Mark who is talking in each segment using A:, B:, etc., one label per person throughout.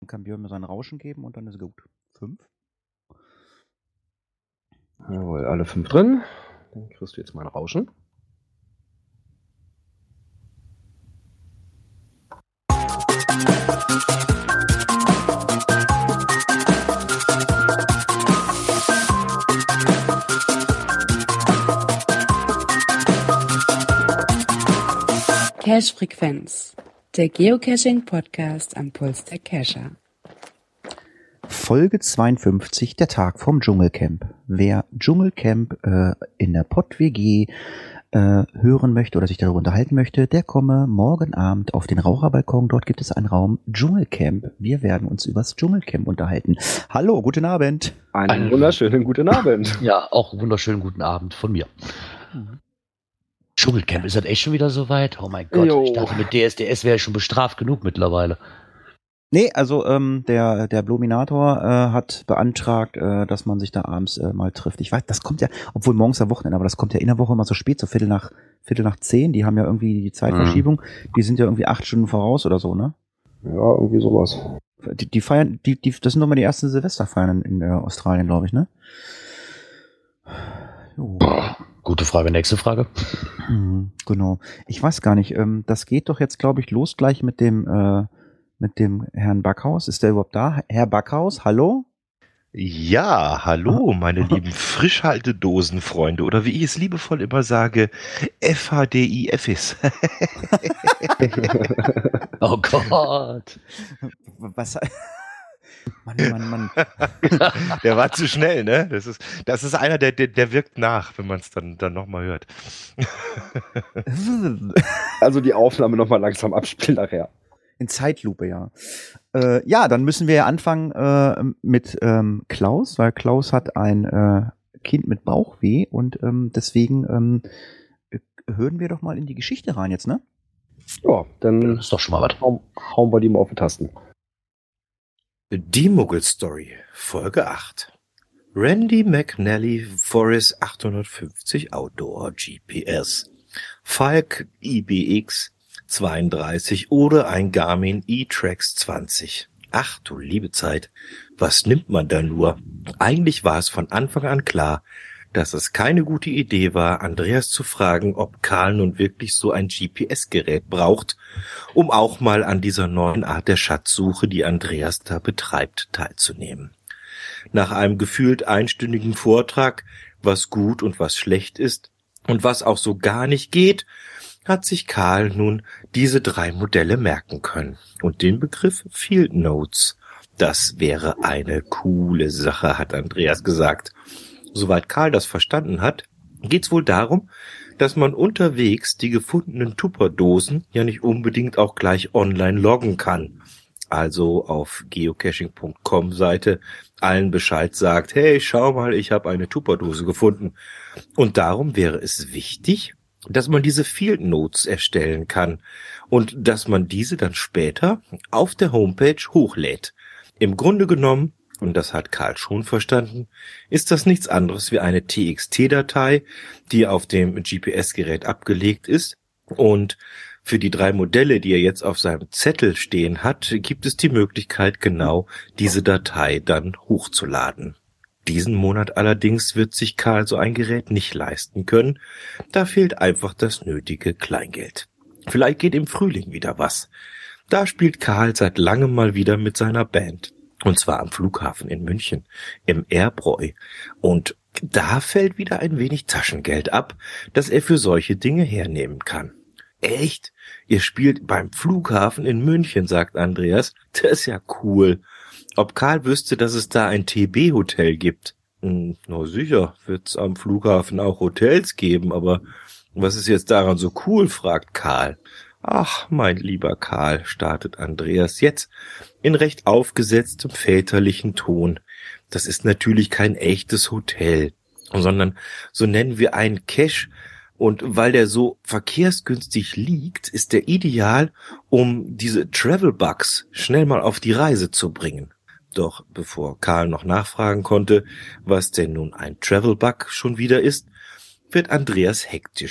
A: Dann kann Björn mir seinen Rauschen geben und dann ist gut. 5.
B: Jawohl, alle 5 drin. Dann kriegst du jetzt mal ein Rauschen.
C: Cache-Frequenz, der Geocaching-Podcast am Puls der Cacher.
A: Folge 52, der Tag vom Dschungelcamp. Wer Dschungelcamp in der Pott-WG hören möchte oder sich darüber unterhalten möchte, der komme morgen Abend auf den Raucherbalkon. Dort gibt es einen Raum Dschungelcamp. Wir werden uns über das Dschungelcamp unterhalten. Hallo, guten Abend.
B: Einen wunderschönen guten Abend.
D: Ja, auch einen wunderschönen guten Abend von mir. Dschungelcamp, ist das echt schon wieder so weit? Oh mein Gott, ich dachte, mit DSDS wäre ich schon bestraft genug mittlerweile.
A: Nee, also der Bluminator hat beantragt, dass man sich da abends mal trifft. Ich weiß, das kommt ja, obwohl morgens am Wochenende, aber das kommt ja in der Woche immer so spät, so Viertel nach 10. Die haben ja irgendwie die Zeitverschiebung. Die sind ja irgendwie 8 Stunden voraus oder so, ne?
B: Ja, irgendwie sowas.
A: Die feiern, das sind doch mal die ersten Silvesterfeiern in Australien, glaube ich, ne? Jo.
D: Gute Frage, nächste Frage.
A: Genau. Ich weiß gar nicht, das geht doch jetzt, glaube ich, los gleich mit dem Herrn Backhaus. Ist der überhaupt da? Herr Backhaus, hallo?
E: Ja, hallo, meine lieben Frischhaltedosenfreunde oder wie ich es liebevoll immer sage, FHDIFs.
D: Oh Gott.
A: Was? Mann.
E: Der war zu schnell, ne? Das ist einer, der wirkt nach, wenn man es dann nochmal hört.
B: Also die Aufnahme nochmal langsam abspielen nachher.
A: In Zeitlupe, ja. Ja, dann müssen wir ja anfangen mit Klaus, weil Klaus hat ein Kind mit Bauchweh und deswegen hören wir doch mal in die Geschichte rein jetzt, ne?
B: Ja, dann
D: ist doch schon mal was.
B: Hauen wir die mal auf die Tasten.
E: Die Muggel-Story, Folge 8. Randy McNally Forest 850 Outdoor GPS. Falk IBX 32 oder ein Garmin E-Trax 20. Ach du liebe Zeit, was nimmt man da nur? Eigentlich war es von Anfang an klar, dass es keine gute Idee war, Andreas zu fragen, ob Karl nun wirklich so ein GPS-Gerät braucht, um auch mal an dieser neuen Art der Schatzsuche, die Andreas da betreibt, teilzunehmen. Nach einem gefühlt einstündigen Vortrag, was gut und was schlecht ist und was auch so gar nicht geht, hat sich Karl nun diese 3 Modelle merken können und den Begriff Field Notes. Das wäre eine coole Sache, hat Andreas gesagt. Soweit Karl das verstanden hat, geht's wohl darum, dass man unterwegs die gefundenen Tupperdosen ja nicht unbedingt auch gleich online loggen kann. Also auf geocaching.com-Seite allen Bescheid sagt, hey, schau mal, ich habe eine Tupperdose gefunden. Und darum wäre es wichtig, dass man diese Field Notes erstellen kann und dass man diese dann später auf der Homepage hochlädt. Im Grunde genommen, und das hat Karl schon verstanden, ist das nichts anderes wie eine TXT-Datei, die auf dem GPS-Gerät abgelegt ist. Und für die 3 Modelle, die er jetzt auf seinem Zettel stehen hat, gibt es die Möglichkeit, genau diese Datei dann hochzuladen. Diesen Monat allerdings wird sich Karl so ein Gerät nicht leisten können. Da fehlt einfach das nötige Kleingeld. Vielleicht geht im Frühling wieder was. Da spielt Karl seit langem mal wieder mit seiner Band. Und zwar am Flughafen in München, im Airbräu. Und da fällt wieder ein wenig Taschengeld ab, das er für solche Dinge hernehmen kann. Echt? Ihr spielt beim Flughafen in München, sagt Andreas. Das ist ja cool. Ob Karl wüsste, dass es da ein TB-Hotel gibt? Na sicher, wird's am Flughafen auch Hotels geben, aber was ist jetzt daran so cool, fragt Karl. Ach, mein lieber Karl, startet Andreas jetzt in recht aufgesetztem väterlichen Ton. Das ist natürlich kein echtes Hotel, sondern so nennen wir einen Cache. Und weil der so verkehrsgünstig liegt, ist der ideal, um diese Travel-Bugs schnell mal auf die Reise zu bringen. Doch bevor Karl noch nachfragen konnte, was denn nun ein Travel-Bug schon wieder ist, wird Andreas hektisch.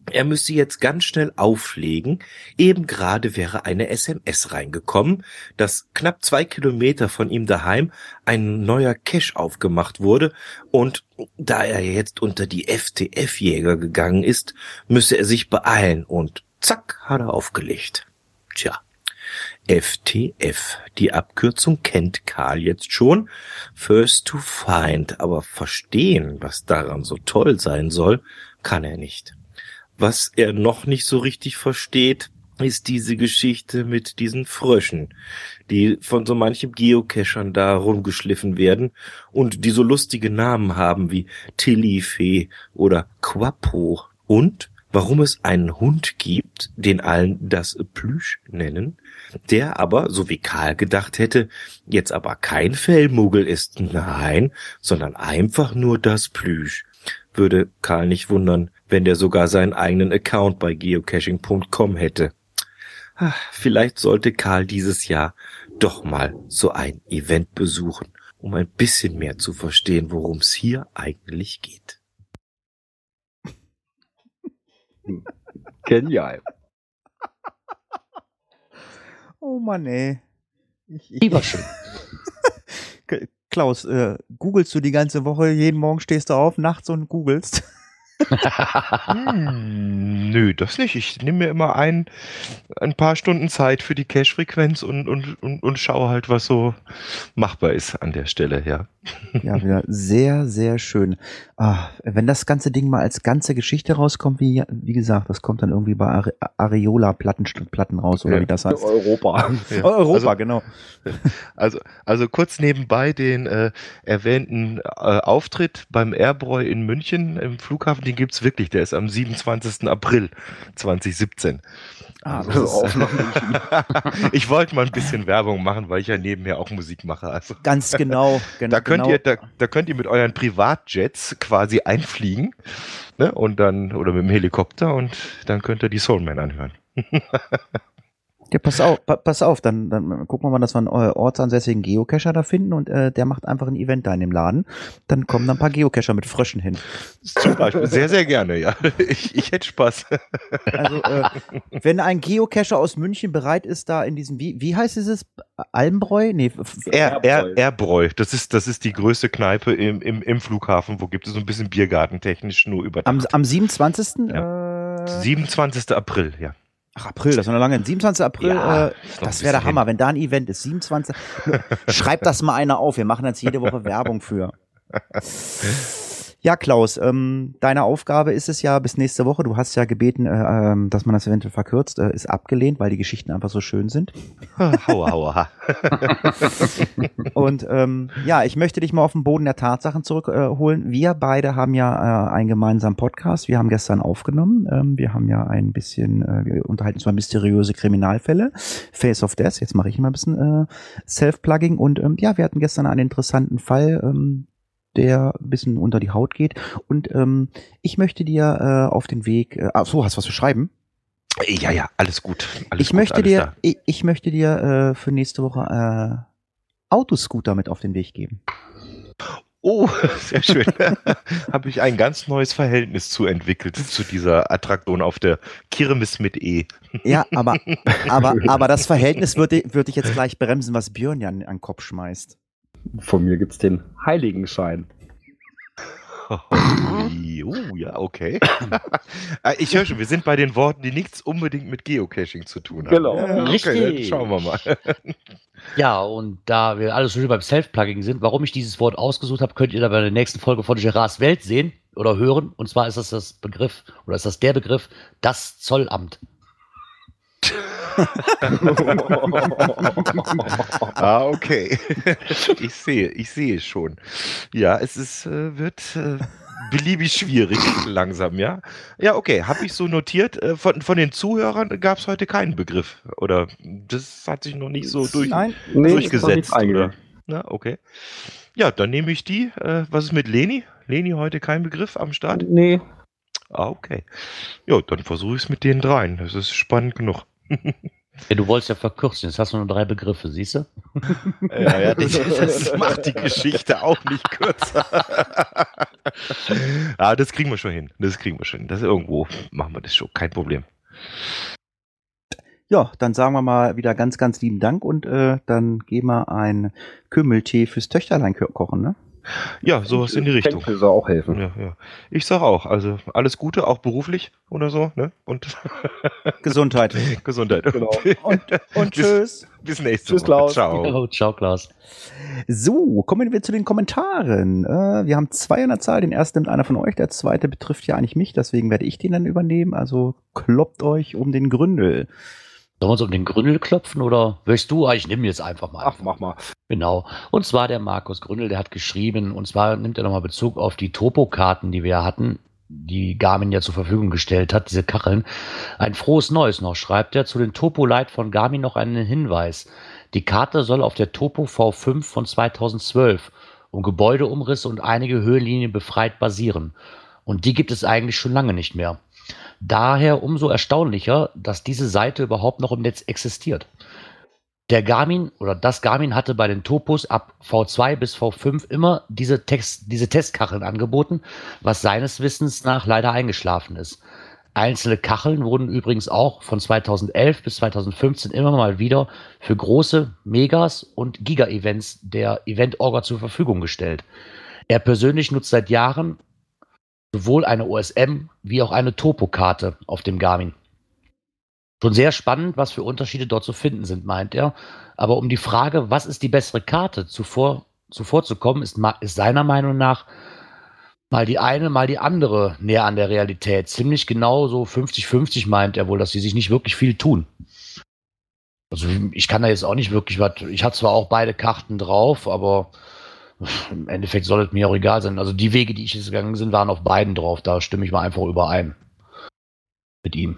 E: Er müsse jetzt ganz schnell auflegen. Eben gerade wäre eine SMS reingekommen, dass knapp 2 Kilometer von ihm daheim ein neuer Cache aufgemacht wurde. Und da er jetzt unter die FTF-Jäger gegangen ist, müsse er sich beeilen. Und zack, hat er aufgelegt. Tja, FTF, die Abkürzung kennt Karl jetzt schon. First to find, aber verstehen, was daran so toll sein soll, kann er nicht. Was er noch nicht so richtig versteht, ist diese Geschichte mit diesen Fröschen, die von so manchem Geocachern da rumgeschliffen werden und die so lustige Namen haben wie Tillifee oder Quapo. Und warum es einen Hund gibt, den allen das Plüsch nennen, der aber, so wie Karl gedacht hätte, jetzt aber kein Fellmuggel ist, nein, sondern einfach nur das Plüsch. Würde Karl nicht wundern, wenn der sogar seinen eigenen Account bei geocaching.com hätte. Vielleicht sollte Karl dieses Jahr doch mal so ein Event besuchen, um ein bisschen mehr zu verstehen, worum es hier eigentlich geht.
B: Genial.
A: Oh Mann, ey.
D: Lieber schön.
A: Klaus, googelst du die ganze Woche, jeden Morgen stehst du auf, nachts und googelst?
F: Nö, das nicht. Ich nehme mir immer ein paar Stunden Zeit für die Cache-Frequenz und schaue halt, was so machbar ist an der Stelle, ja.
A: Ja, wieder sehr, sehr schön. Wenn das ganze Ding mal als ganze Geschichte rauskommt, wie gesagt, das kommt dann irgendwie bei Areola-Platten raus, oder wie das heißt.
B: Europa.
F: Ja.
A: Europa, genau.
F: Also kurz nebenbei den erwähnten Auftritt beim Airbräu in München im Flughafen, den gibt's wirklich, der ist am 27. April 2017. Ich wollte mal ein bisschen Werbung machen, weil ich ja nebenher auch Musik mache. Also.
A: Ganz genau.
F: Da könnt ihr mit euren Privatjets quasi einfliegen, ne, und dann, oder mit dem Helikopter, und dann könnt ihr die Soulman anhören.
A: Ja, pass auf, dann gucken wir mal, dass wir einen ortsansässigen Geocacher da finden und der macht einfach ein Event da in dem Laden. Dann kommen da ein paar Geocacher mit Fröschen hin.
F: Zum Beispiel, sehr, sehr gerne, ja. Ich hätte Spaß.
A: Also, wenn ein Geocacher aus München bereit ist, da in diesem, wie heißt dieses? Almbräu? Nee,
F: Airbräu. Das ist die größte Kneipe im Flughafen, wo gibt es so ein bisschen biergartentechnisch nur über
A: am 27.
F: Ja. 27. April, ja.
A: Ach, April, das ist noch lange. 27. April,
F: Ja,
A: das wäre der Hammer, wenn da ein Event ist. 27. Schreibt das mal einer auf, wir machen jetzt jede Woche Werbung für. Ja, Klaus, deine Aufgabe ist es ja bis nächste Woche, du hast ja gebeten, dass man das eventuell verkürzt, ist abgelehnt, weil die Geschichten einfach so schön sind.
F: Hauer.
A: Und ja, ich möchte dich mal auf den Boden der Tatsachen zurückholen. Wir beide haben ja einen gemeinsamen Podcast, wir haben gestern aufgenommen, wir haben ja ein bisschen unterhalten über mysteriöse Kriminalfälle, Face of Death, jetzt mache ich mal ein bisschen Self-Plugging und ja, wir hatten gestern einen interessanten Fall, der ein bisschen unter die Haut geht. Und ich möchte dir auf den Weg... hast du was zu schreiben?
F: Ja, alles gut.
A: Ich möchte dir für nächste Woche Autoscooter mit auf den Weg geben.
F: Oh, sehr schön. Habe ich ein ganz neues Verhältnis zu entwickelt, zu dieser Attraktion auf der Kirmes mit E.
A: Ja, aber das Verhältnis würde ich jetzt gleich bremsen, was Björn ja an den Kopf schmeißt.
B: Von mir gibt's den Heiligenschein.
F: Ja, okay. Ich höre schon, wir sind bei den Worten, die nichts unbedingt mit Geocaching zu tun haben.
B: Genau.
F: Okay,
D: Richtig.
F: Dann schauen wir mal.
D: Ja, und da wir alle schon beim Self-Plugging sind, warum ich dieses Wort ausgesucht habe, könnt ihr da bei der nächsten Folge von Gerards Welt sehen oder hören. Und zwar ist das Begriff, oder ist das der Begriff, das Zollamt.
F: Okay. Ich sehe schon. Ja, es wird beliebig schwierig langsam, ja. Ja, okay, habe ich so notiert. Von den Zuhörern gab es heute keinen Begriff. Oder das hat sich noch nicht so durchgesetzt. Oder? Na, okay. Ja, dann nehme ich die. Was ist mit Leni? Leni heute kein Begriff am Start?
B: Nee.
F: Okay. Ja, dann versuche ich es mit den dreien. Das ist spannend genug.
D: Ja, du wolltest ja verkürzen, jetzt hast du nur 3 Begriffe, siehst du?
F: Ja, das macht die Geschichte auch nicht kürzer. Das kriegen wir schon hin. Das ist irgendwo, machen wir das schon. Kein Problem.
A: Ja, dann sagen wir mal wieder ganz, ganz lieben Dank und dann gehen wir ein Kümmeltee fürs Töchterlein kochen, ne?
F: Ja, sowas in die Richtung.
B: Soll auch helfen.
F: Ja. Ich sag auch, also alles Gute, auch beruflich oder so, ne? Und
A: Gesundheit.
F: Gesundheit.
B: Genau.
A: Und tschüss.
F: Bis nächste
B: Tschüss,
F: Woche.
B: Klaus.
F: Ciao.
D: Ciao, Klaus.
A: So, kommen wir zu den Kommentaren. Wir haben 2 an der Zahl. Den ersten nimmt einer von euch, der zweite betrifft ja eigentlich mich, deswegen werde ich den dann übernehmen. Also kloppt euch um den Gründel.
D: Sollen wir uns um den Gründel klopfen oder willst du? Ich nehme jetzt einfach mal.
B: Ach, mach mal.
D: Genau. Und zwar der Markus Gründel, der hat geschrieben, und zwar nimmt er nochmal Bezug auf die Topo-Karten, die wir ja hatten, die Garmin ja zur Verfügung gestellt hat, diese Kacheln. Ein frohes Neues noch, schreibt er, zu den Topo-Lite von Garmin noch einen Hinweis. Die Karte soll auf der Topo V5 von 2012 um Gebäudeumrisse und einige Höhenlinien befreit basieren. Und die gibt es eigentlich schon lange nicht mehr. Daher umso erstaunlicher, dass diese Seite überhaupt noch im Netz existiert. Das Garmin hatte bei den Topos ab V2 bis V5 immer diese Testkacheln angeboten, was seines Wissens nach leider eingeschlafen ist. Einzelne Kacheln wurden übrigens auch von 2011 bis 2015 immer mal wieder für große Megas und Giga-Events der Event-Orga zur Verfügung gestellt. Er persönlich nutzt seit Jahren sowohl eine OSM wie auch eine Topo-Karte auf dem Garmin. Schon sehr spannend, was für Unterschiede dort zu finden sind, meint er. Aber um die Frage, was ist die bessere Karte, zuvor zu kommen, ist seiner Meinung nach mal die eine, mal die andere näher an der Realität. Ziemlich genau so 50-50 meint er wohl, dass sie sich nicht wirklich viel tun. Also ich kann da jetzt auch nicht wirklich was. Ich habe zwar auch beide Karten drauf, aber im Endeffekt soll es mir auch egal sein. Also die Wege, die ich jetzt gegangen bin, waren auf beiden drauf. Da stimme ich mal einfach überein mit ihm.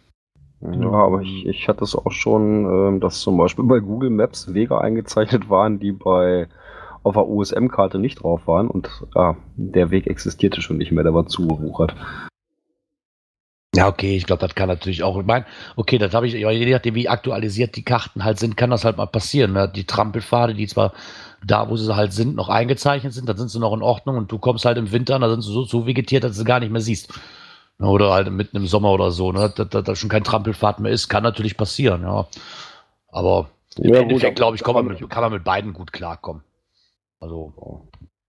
B: Ja, aber ich hatte es auch schon, dass zum Beispiel bei Google Maps Wege eingezeichnet waren, die auf der OSM-Karte nicht drauf waren und der Weg existierte schon nicht mehr, der war zugewuchert.
D: Ja, okay, ich glaube, das kann natürlich auch. Ich meine, okay, das habe ich, je nachdem, wie aktualisiert die Karten halt sind, kann das halt mal passieren. Ne? Die Trampelpfade, die zwar da, wo sie halt sind, noch eingezeichnet sind, dann sind sie noch in Ordnung und du kommst halt im Winter, da sind sie so vegetiert, dass du sie gar nicht mehr siehst. Oder halt mitten im Sommer oder so, ne? Dass schon kein Trampelpfad mehr ist, kann natürlich passieren, ja. Aber im Endeffekt, glaube ich, kann man mit beiden gut klarkommen. Also.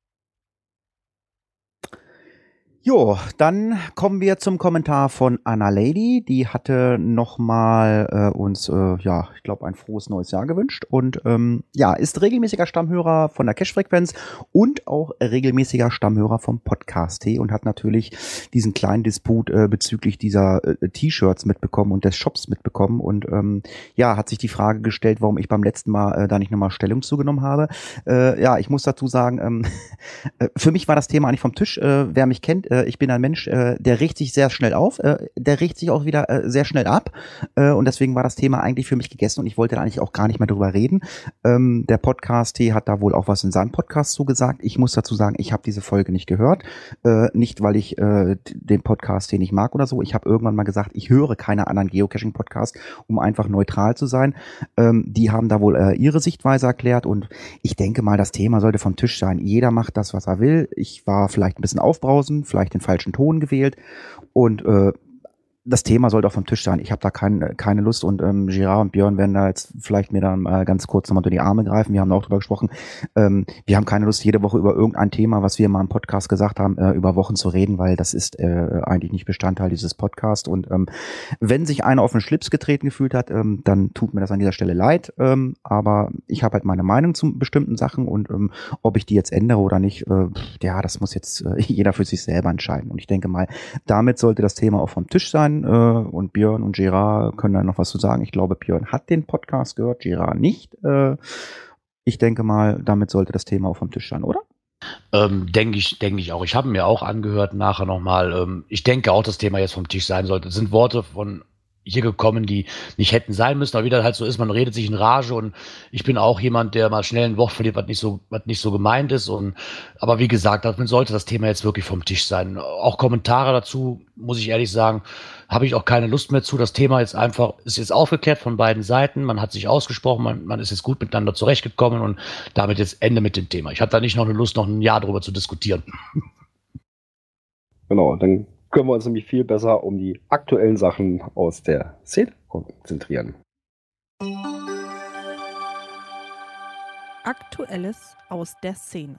A: Jo, dann kommen wir zum Kommentar von Anna Lady. Die hatte nochmal uns, ich glaube, ein frohes neues Jahr gewünscht. Und ist regelmäßiger Stammhörer von der Cash-Frequenz und auch regelmäßiger Stammhörer vom Podcast-T und hat natürlich diesen kleinen Disput bezüglich dieser T-Shirts mitbekommen und des Shops mitbekommen. Und hat sich die Frage gestellt, warum ich beim letzten Mal da nicht nochmal Stellung zugenommen habe. Ich muss dazu sagen, für mich war das Thema eigentlich vom Tisch. Wer mich kennt, ich bin ein Mensch, der regt sich sehr schnell auf, der regt sich auch wieder sehr schnell ab und deswegen war das Thema eigentlich für mich gegessen und ich wollte da eigentlich auch gar nicht mehr drüber reden. Der Podcast-T hat da wohl auch was in seinem Podcast zugesagt. Ich muss dazu sagen, ich habe diese Folge nicht gehört, nicht weil ich den Podcast-T nicht mag oder so. Ich habe irgendwann mal gesagt, ich höre keine anderen Geocaching-Podcasts, um einfach neutral zu sein. Die haben da wohl ihre Sichtweise erklärt und ich denke mal, das Thema sollte vom Tisch sein. Jeder macht das, was er will. Ich war vielleicht ein bisschen aufbrausend, vielleicht den falschen Ton gewählt und das Thema sollte auch vom Tisch sein. Ich habe da keine Lust und Gerard und Björn werden da jetzt vielleicht mir dann mal ganz kurz nochmal unter die Arme greifen. Wir haben da auch drüber gesprochen. Wir haben keine Lust, jede Woche über irgendein Thema, was wir mal im Podcast gesagt haben, über Wochen zu reden, weil das ist eigentlich nicht Bestandteil dieses Podcasts. Und wenn sich einer auf den Schlips getreten gefühlt hat, dann tut mir das an dieser Stelle leid. Aber ich habe halt meine Meinung zu bestimmten Sachen und ob ich die jetzt ändere oder nicht, das muss jetzt jeder für sich selber entscheiden. Und ich denke mal, damit sollte das Thema auch vom Tisch sein. Und Björn und Gerard können da noch was zu sagen. Ich glaube, Björn hat den Podcast gehört, Gerard nicht. Ich denke mal, damit sollte das Thema auch vom Tisch sein, oder?
D: Denke ich auch. Ich habe mir auch angehört nachher nochmal. Ich denke auch, das Thema jetzt vom Tisch sein sollte. Es sind Worte von hier gekommen, die nicht hätten sein müssen, aber wie das halt so ist, man redet sich in Rage und ich bin auch jemand, der mal schnell ein Wort verliert, was nicht so gemeint ist aber wie gesagt, damit sollte das Thema jetzt wirklich vom Tisch sein. Auch Kommentare dazu, muss ich ehrlich sagen, habe ich auch keine Lust mehr zu. Das Thema ist jetzt aufgeklärt von beiden Seiten, man hat sich ausgesprochen, man ist jetzt gut miteinander zurechtgekommen und damit jetzt Ende mit dem Thema. Ich habe da nicht noch eine Lust, noch ein Jahr drüber zu diskutieren.
B: Genau, dann können wir uns nämlich viel besser um die aktuellen Sachen aus der Szene konzentrieren.
G: Aktuelles aus der Szene.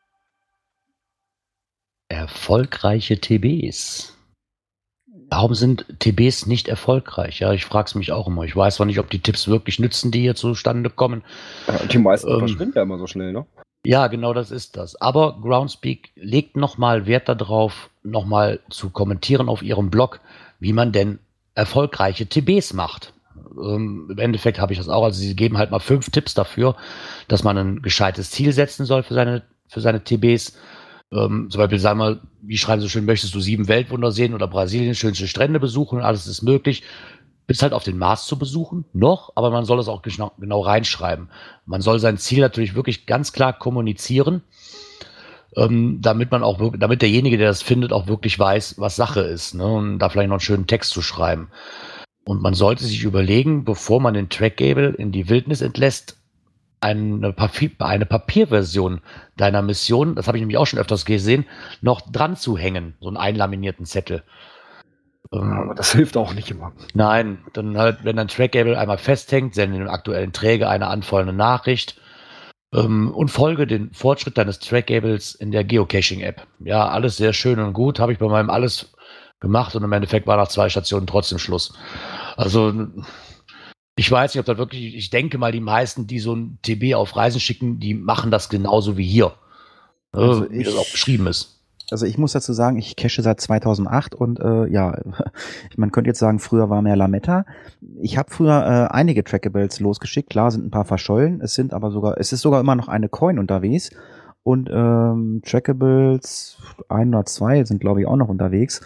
D: Erfolgreiche TBs. Warum sind TBs nicht erfolgreich? Ja, ich frage es mich auch immer. Ich weiß zwar nicht, ob die Tipps wirklich nützen, die hier zustande kommen.
B: Ja, die meisten verschwinden ja immer so schnell, ne?
D: Ja, genau das ist das. Aber Groundspeak legt nochmal Wert darauf, nochmal zu kommentieren auf ihrem Blog, wie man denn erfolgreiche TBs macht. Im Endeffekt habe ich das auch. Also sie geben halt mal 5 Tipps dafür, dass man ein gescheites Ziel setzen soll für seine TBs. Zum Beispiel, sagen wir, wie schreiben sie so schön, möchtest du 7 Weltwunder sehen oder Brasiliens schönste Strände besuchen? Alles ist möglich. Bis halt auf den Mars zu besuchen, noch, aber man soll es auch genau reinschreiben. Man soll sein Ziel natürlich wirklich ganz klar kommunizieren, damit derjenige, der das findet, auch wirklich weiß, was Sache ist, ne? Und da vielleicht noch einen schönen Text zu schreiben. Und man sollte sich überlegen, bevor man den Trackable in die Wildnis entlässt, eine Papierversion deiner Mission, das habe ich nämlich auch schon öfters gesehen, noch dran zu hängen, so einen einlaminierten Zettel.
B: Aber das hilft auch nicht immer.
D: Nein, dann halt, wenn dein Trackable einmal festhängt, sende dem aktuellen Träger eine anfallende Nachricht und folge den Fortschritt deines Trackables in der Geocaching-App. Ja, alles sehr schön und gut, habe ich bei meinem alles gemacht und im Endeffekt war nach 2 Stationen trotzdem Schluss. Also ich weiß nicht, ob das wirklich, ich denke mal, die meisten, die so ein TB auf Reisen schicken, die machen das genauso wie hier.
A: Also
D: wie das auch beschrieben ist.
A: Also ich muss dazu sagen, ich cache seit 2008 und ja, man könnte jetzt sagen, früher war mehr Lametta. Ich habe früher einige Trackables losgeschickt, klar sind ein paar verschollen, es ist sogar immer noch eine Coin unterwegs und Trackables 1 oder 2 sind glaube ich auch noch unterwegs.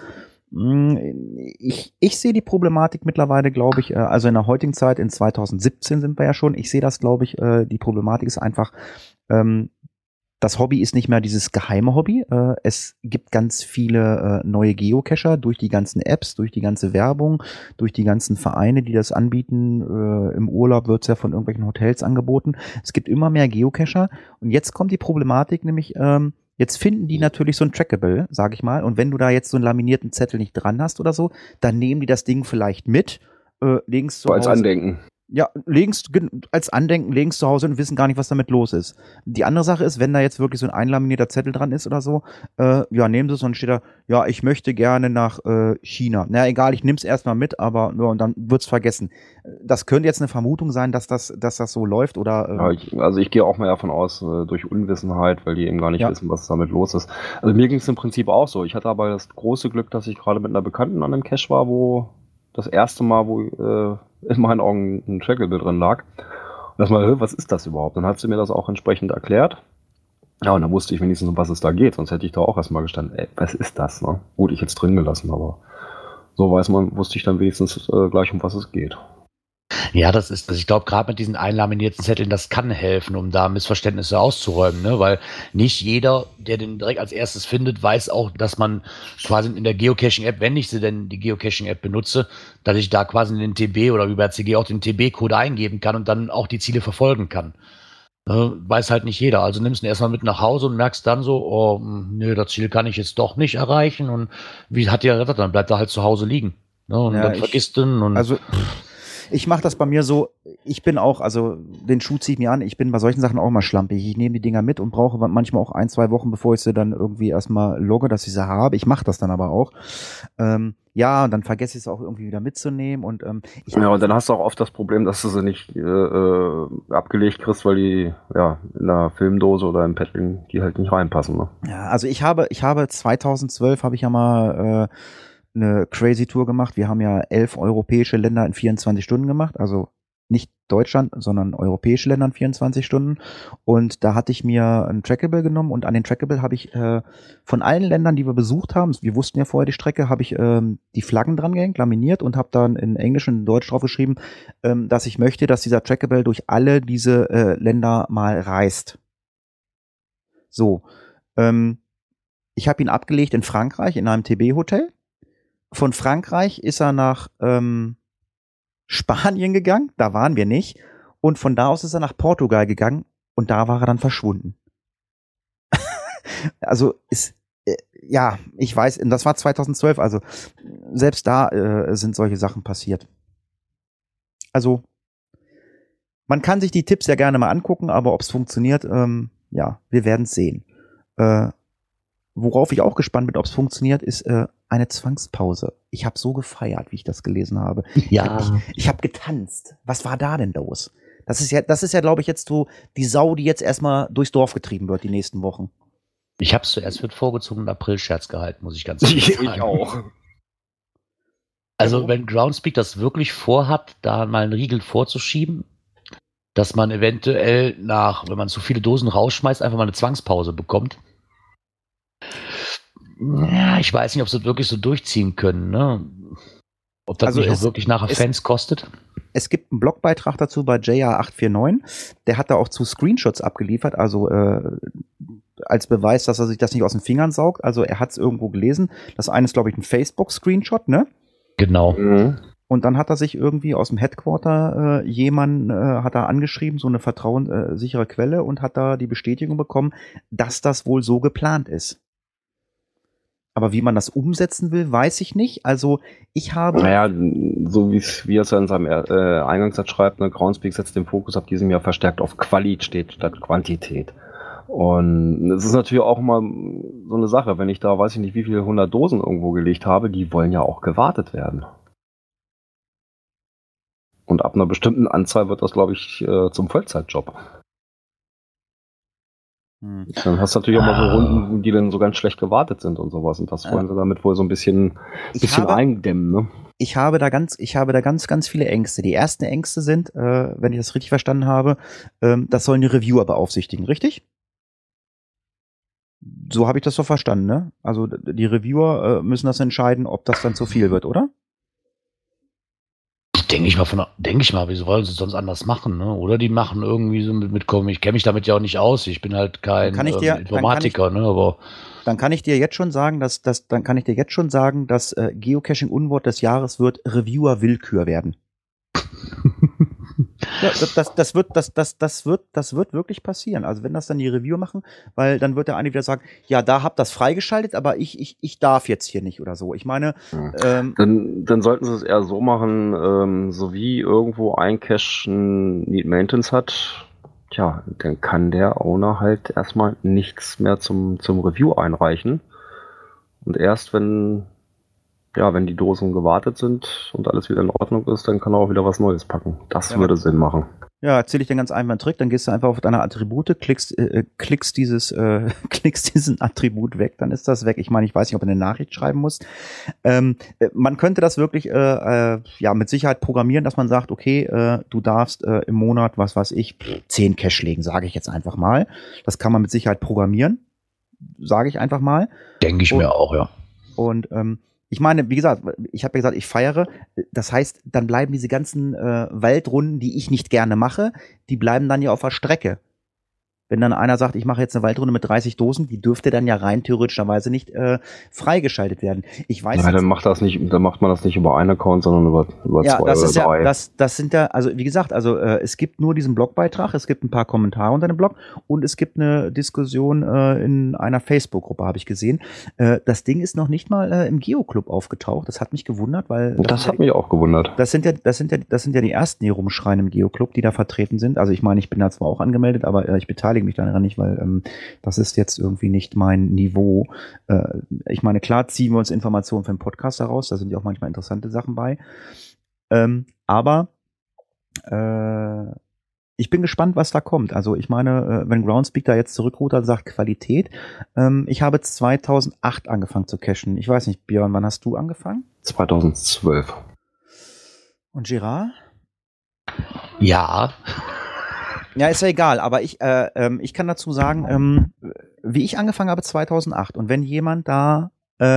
A: Ich sehe die Problematik mittlerweile, glaube ich, also in der heutigen Zeit, in 2017 sind wir ja schon, ich sehe das, glaube ich, die Problematik ist einfach, das Hobby ist nicht mehr dieses geheime Hobby. Es gibt ganz viele neue Geocacher durch die ganzen Apps, durch die ganze Werbung, durch die ganzen Vereine, die das anbieten. Im Urlaub wird es ja von irgendwelchen Hotels angeboten. Es gibt immer mehr Geocacher. Und jetzt kommt die Problematik, nämlich jetzt finden die natürlich so ein Trackable, sag ich mal. Und wenn du da jetzt so einen laminierten Zettel nicht dran hast oder so, dann nehmen die das Ding vielleicht mit, legen es
B: so als Andenken.
A: Ja, als Andenken legen es zu Hause und wissen gar nicht, was damit los ist. Die andere Sache ist, wenn da jetzt wirklich so ein einlaminierter Zettel dran ist oder so, ja, nehmen Sie es und steht da, ja, ich möchte gerne nach China. Na, egal, ich nehme es erstmal mit, aber ja, und dann wird's vergessen. Das könnte jetzt eine Vermutung sein, dass das so läuft oder.
B: Ja, ich gehe auch mal davon aus, durch Unwissenheit, weil die eben gar nicht wissen, was damit los ist. Also mir ging es im Prinzip auch so. Ich hatte aber das große Glück, dass ich gerade mit einer Bekannten an einem Cache war, wo das erste Mal, wo in meinen Augen ein Trackable drin lag. Und das mal, was ist das überhaupt? Dann hat sie mir das auch entsprechend erklärt. Ja, und dann wusste ich wenigstens, um was es da geht. Sonst hätte ich da auch erstmal gestanden, was ist das? Ne? Gut, ich jetzt drin gelassen, aber so wusste ich dann wenigstens gleich, um was es geht.
D: Ja, das ist das. Ich glaube, gerade mit diesen einlaminierten Zetteln, das kann helfen, um da Missverständnisse auszuräumen, ne? Weil nicht jeder, der den direkt als erstes findet, weiß auch, dass man quasi in der Geocaching-App, wenn ich sie denn die Geocaching-App benutze, dass ich da quasi in den TB oder über CG auch den TB-Code eingeben kann und dann auch die Ziele verfolgen kann. Weiß halt nicht jeder. Also nimmst du ihn erstmal mit nach Hause und merkst dann so, oh, nö, das Ziel kann ich jetzt doch nicht erreichen. Und wie hat der gesagt, dann bleibt er halt zu Hause liegen. Ne? Und dann vergisst du ihn.
A: Also ich mache das bei mir so, ich bin auch, also den Schuh ziehe ich mir an, ich bin bei solchen Sachen auch immer schlampig. Ich nehme die Dinger mit und brauche manchmal auch 1-2 Wochen, bevor ich sie dann irgendwie erstmal logge, dass ich sie habe. Ich mache das dann aber auch. Ja, und dann vergesse ich es auch irgendwie wieder mitzunehmen. Und
B: ja, und dann hast du auch oft das Problem, dass du sie nicht abgelegt kriegst, weil die ja in der Filmdose oder im Paddling die halt nicht reinpassen. Ne?
A: Ja, also ich habe 2012 habe ich ja mal eine Crazy Tour gemacht. Wir haben ja 11 europäische Länder in 24 Stunden gemacht, also nicht Deutschland, sondern europäische Länder in 24 Stunden. Und da hatte ich mir ein Trackable genommen und an den Trackable habe ich von allen Ländern, die wir besucht haben, wir wussten ja vorher die Strecke, habe ich die Flaggen dran gehängt, laminiert und habe dann in Englisch und in Deutsch drauf geschrieben, dass ich möchte, dass dieser Trackable durch alle diese Länder mal reist. So, ich habe ihn abgelegt in Frankreich in einem TB-Hotel. Von Frankreich ist er nach Spanien gegangen, da waren wir nicht. Und von da aus ist er nach Portugal gegangen und da war er dann verschwunden. Also ja, ich weiß, das war 2012, also selbst da sind solche Sachen passiert. Also, man kann sich die Tipps ja gerne mal angucken, aber ob es funktioniert, ja, wir werden es sehen. Worauf ich auch gespannt bin, ob es funktioniert, ist eine Zwangspause. Ich habe so gefeiert, wie ich das gelesen habe.
D: Ja.
A: Ich hab getanzt. Was war da denn los? Das ist ja, glaube ich, jetzt so die Sau, die jetzt erstmal durchs Dorf getrieben wird, die nächsten Wochen.
D: Ich habe es zuerst für einen vorgezogenen April-Scherz gehalten, muss ich ganz ehrlich sagen.
B: Ich auch.
D: Also wenn Groundspeak das wirklich vorhat, da mal einen Riegel vorzuschieben, dass man eventuell wenn man zu viele Dosen rausschmeißt, einfach mal eine Zwangspause bekommt. Ja, ich weiß nicht, ob sie das wirklich so durchziehen können, ne? Ob das nicht auch wirklich nachher Fans kostet.
A: Es gibt einen Blogbeitrag dazu bei JR849. Der hat da auch zu Screenshots abgeliefert, also als Beweis, dass er sich das nicht aus den Fingern saugt. Also er hat es irgendwo gelesen. Das eine ist, glaube ich, ein Facebook-Screenshot, ne?
D: Genau.
B: Mhm.
A: Und dann hat er sich irgendwie aus dem Headquarter jemanden hat er angeschrieben, so eine vertrauenssichere Quelle, und hat da die Bestätigung bekommen, dass das wohl so geplant ist. Aber wie man das umsetzen will, weiß ich nicht. Also ich habe...
B: Naja, so wie er es ja in seinem Eingangssatz schreibt, ne, Groundspeak setzt den Fokus ab diesem Jahr verstärkt auf Qualität statt Quantität. Und es ist natürlich auch mal so eine Sache, wenn ich da, weiß ich nicht, wie viele 100 Dosen irgendwo gelegt habe, die wollen ja auch gewartet werden. Und ab einer bestimmten Anzahl wird das, glaube ich, zum Vollzeitjob. Dann hast du natürlich auch mal so Runden, die dann so ganz schlecht gewartet sind und sowas. Und das wollen sie damit wohl so ein bisschen eindämmen, ne?
A: Ich habe da ganz viele Ängste. Die ersten Ängste sind, wenn ich das richtig verstanden habe, das sollen die Reviewer beaufsichtigen, richtig? So habe ich das so verstanden, ne? Also die Reviewer müssen das entscheiden, ob das dann zu viel wird, oder?
D: Denke ich mal, wieso wollen sie es sonst anders machen, ne? Oder die machen irgendwie so mitkommen. Ich kenne mich damit ja auch nicht aus. Ich bin halt kein Informatiker, ne? Aber
A: dann kann ich dir jetzt schon sagen, dass Geocaching-Unwort des Jahres wird Reviewer-Willkür werden. Ja, das wird wirklich passieren. Also wenn das dann die Reviewer machen, weil dann wird der eine wieder sagen, ja, da habt das freigeschaltet, aber ich darf jetzt hier nicht oder so. Ich meine,
B: dann sollten sie es eher so machen, so wie irgendwo ein Cache ein Need Maintenance hat, tja, dann kann der Owner halt erstmal nichts mehr zum Review einreichen. Und erst wenn die Dosen gewartet sind und alles wieder in Ordnung ist, dann kann er auch wieder was Neues packen. Das würde Sinn machen.
A: Ja, erzähle ich dir ganz einfach einen Trick. Dann gehst du einfach auf deine Attribute, klickst diesen Attribut weg, dann ist das weg. Ich meine, ich weiß nicht, ob du eine Nachricht schreiben musst. Man könnte das wirklich mit Sicherheit programmieren, dass man sagt, okay, du darfst im Monat, was weiß ich, 10 Cache legen, sage ich jetzt einfach mal. Das kann man mit Sicherheit programmieren, sage ich einfach mal.
D: Denke ich mir auch, ja.
A: Und ich meine, wie gesagt, ich habe ja gesagt, ich feiere. Das heißt, dann bleiben diese ganzen Waldrunden, die ich nicht gerne mache, die bleiben dann ja auf der Strecke. Wenn dann einer sagt, ich mache jetzt eine Waldrunde mit 30 Dosen, die dürfte dann ja rein theoretischerweise nicht freigeschaltet werden. Ich weiß.
B: Ja, dann macht man das nicht über einen Account, sondern über zwei oder drei.
A: Das sind ja, also wie gesagt, es gibt nur diesen Blogbeitrag, es gibt ein paar Kommentare unter dem Blog und es gibt eine Diskussion in einer Facebook-Gruppe, habe ich gesehen. Das Ding ist noch nicht mal im Geo-Club aufgetaucht. Das hat mich gewundert, weil
B: das hat mich auch gewundert.
A: Das sind ja die ersten, die rumschreien im Geo-Club, die da vertreten sind. Also ich meine, ich bin da zwar auch angemeldet, aber ich beteilige mich daran nicht, weil das ist jetzt irgendwie nicht mein Niveau. Ich meine, klar ziehen wir uns Informationen für den Podcast heraus, da sind ja auch manchmal interessante Sachen bei. Aber ich bin gespannt, was da kommt. Also ich meine, wenn Groundspeak da jetzt zurückrudert und sagt Qualität, ich habe 2008 angefangen zu cachen. Ich weiß nicht, Björn, wann hast du angefangen?
B: 2012.
A: Und Gerard?
D: Ja.
A: Ja, ist ja egal, aber ich kann dazu sagen, wie ich angefangen habe 2008 und wenn jemand da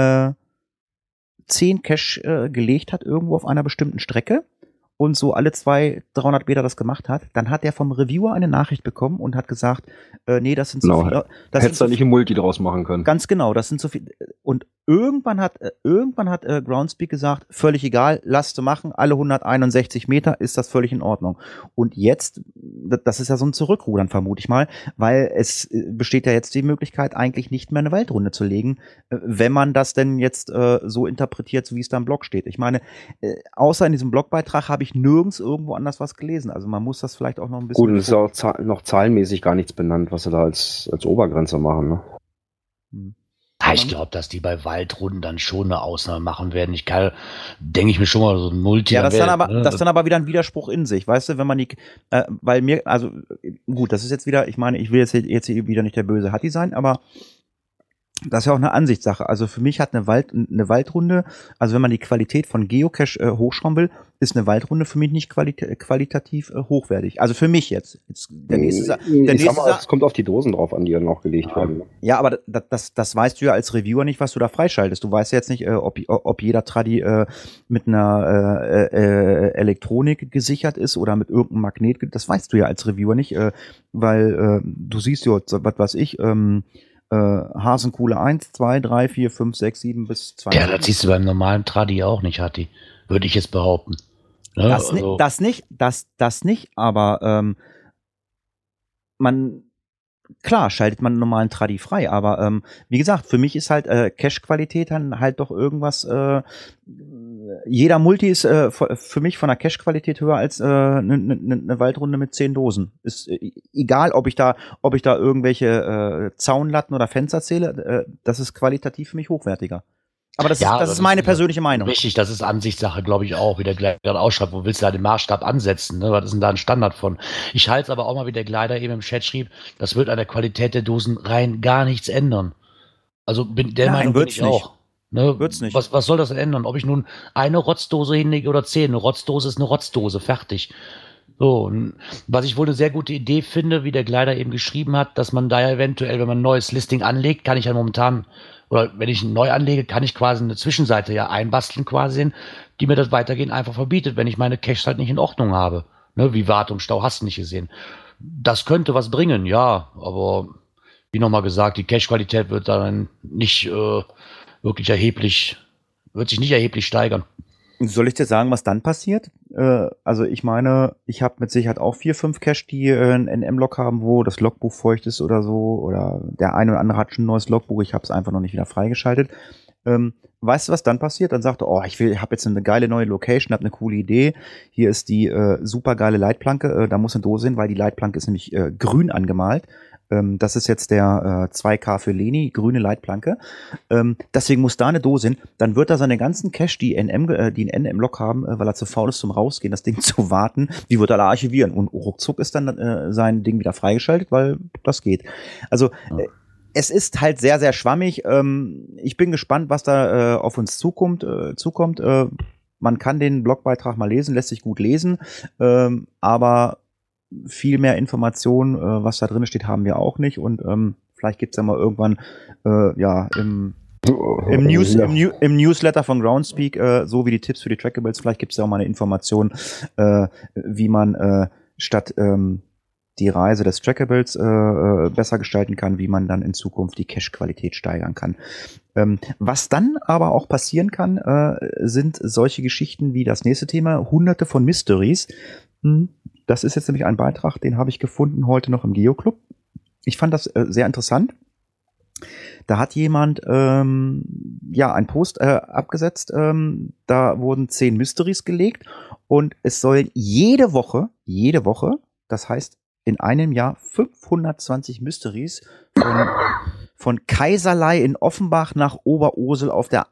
A: 10 Cache gelegt hat irgendwo auf einer bestimmten Strecke und so alle 200-300 Meter das gemacht hat, dann hat er vom Reviewer eine Nachricht bekommen und hat gesagt, nee, das sind so viele.
B: Hättest du nicht ein Multi draus machen können.
A: Ganz genau, das sind so viele. Und irgendwann hat Groundspeak gesagt, völlig egal, lasst du machen, alle 161 Meter ist das völlig in Ordnung. Und jetzt, das ist ja so ein Zurückrudern, vermute ich mal, weil es besteht ja jetzt die Möglichkeit, eigentlich nicht mehr eine Waldrunde zu legen, wenn man das denn jetzt so interpretiert, so wie es da im Blog steht. Ich meine, außer in diesem Blogbeitrag habe ich nirgends irgendwo anders was gelesen. Also man muss das vielleicht auch noch ein bisschen...
B: Gut, und es ist auch noch zahlenmäßig gar nichts benannt, was sie da als Obergrenze machen, ne?
D: Ich glaube, dass die bei Waldrunden dann schon eine Ausnahme machen werden. Denke ich mir schon mal so ein Multi.
A: Ja, das ist dann aber wieder ein Widerspruch in sich, weißt du, wenn man weil mir, also gut, das ist jetzt wieder, ich meine, ich will jetzt hier wieder nicht der böse Hatti sein, aber das ist ja auch eine Ansichtssache. Also für mich hat eine Waldrunde, also wenn man die Qualität von Geocache hochschrauben will, ist eine Waldrunde für mich nicht qualitativ hochwertig. Also für mich jetzt. Es
B: kommt auf die Dosen drauf an, die dann auch gelegt werden.
A: Ja, aber das weißt du ja als Reviewer nicht, was du da freischaltest. Du weißt ja jetzt nicht, ob jeder Tradi mit einer Elektronik gesichert ist oder mit irgendeinem Magnet. Das weißt du ja als Reviewer nicht, weil du siehst ja, was weiß ich, Hasenkuhle 1, 2, 3, 4, 5, 6, 7 bis 2.
D: Ja, das siehst du beim normalen Tradi auch nicht, Hatti. Würde ich jetzt behaupten. Ne?
A: Das nicht, aber klar, schaltet man einen normalen Tradi frei, aber wie gesagt, für mich ist halt Cache-Qualität dann halt doch irgendwas, jeder Multi ist für mich von der Cache-Qualität höher als eine Waldrunde mit 10 Dosen. Ist egal, ob ich da irgendwelche Zaunlatten oder Fenster zähle, das ist qualitativ für mich hochwertiger. Aber das ist meine persönliche Meinung.
D: Richtig, das ist Ansichtssache, glaube ich auch, wie der Gleiter ausschreibt. Wo willst du da den Maßstab ansetzen? Ne? Was ist denn da ein Standard von? Ich halte es aber auch mal, wie der Gleiter eben im Chat schrieb, das wird an der Qualität der Dosen rein gar nichts ändern. Also Meinung bin ich auch. Ne?
A: Wird's nicht.
D: Was soll das denn ändern? Ob ich nun eine Rotzdose hinlege oder 10? Eine Rotzdose ist eine Rotzdose, fertig. So, und was ich wohl eine sehr gute Idee finde, wie der Gleiter eben geschrieben hat, dass man da ja eventuell, wenn man ein neues Listing anlegt, kann ich ja momentan, oder wenn ich neu anlege, kann ich quasi eine Zwischenseite ja einbasteln quasi, die mir das Weitergehen einfach verbietet, wenn ich meine Caches halt nicht in Ordnung habe. Ne, wie Wartungsstau hast du nicht gesehen. Das könnte was bringen, ja, aber wie nochmal gesagt, die Cache-Qualität wird dann nicht wirklich wird sich nicht erheblich steigern.
A: Soll ich dir sagen, was dann passiert? Also ich meine, ich habe mit Sicherheit auch 4, 5 Cache, die ein NM-Log haben, wo das Logbuch feucht ist oder so. Oder der eine oder andere hat schon ein neues Logbuch, ich habe es einfach noch nicht wieder freigeschaltet. Weißt du, was dann passiert? Dann sagt er, ich habe jetzt eine geile neue Location, habe eine coole Idee. Hier ist die super geile Leitplanke, da muss eine Dose hin, weil die Leitplanke ist nämlich grün angemalt. Das ist jetzt der 2K für Leni, grüne Leitplanke. Deswegen muss da eine Dose hin. Dann wird er seine ganzen Cache, die einen NM-Log haben, weil er zu faul ist zum Rausgehen, das Ding zu warten, die wird er alle archivieren. Und ruckzuck ist dann sein Ding wieder freigeschaltet, weil das geht. Also es ist halt sehr, sehr schwammig. Ich bin gespannt, was da auf uns zukommt. Man kann den Blogbeitrag mal lesen, lässt sich gut lesen, aber viel mehr Informationen, was da drin steht, haben wir auch nicht. Und vielleicht gibt's ja mal irgendwann im Newsletter von Groundspeak, so wie die Tipps für die Trackables, vielleicht gibt's ja auch mal eine Information, wie man statt die Reise des Trackables besser gestalten kann, wie man dann in Zukunft die Cache-Qualität steigern kann. Was dann aber auch passieren kann, sind solche Geschichten wie das nächste Thema, Hunderte von Mysteries. Das ist jetzt nämlich ein Beitrag, den habe ich gefunden heute noch im Geoclub. Ich fand das sehr interessant. Da hat jemand einen Post abgesetzt. Da wurden 10 Mysteries gelegt und es sollen jede Woche, das heißt in einem Jahr 520 Mysteries von Kaiserlei in Offenbach nach Oberursel auf der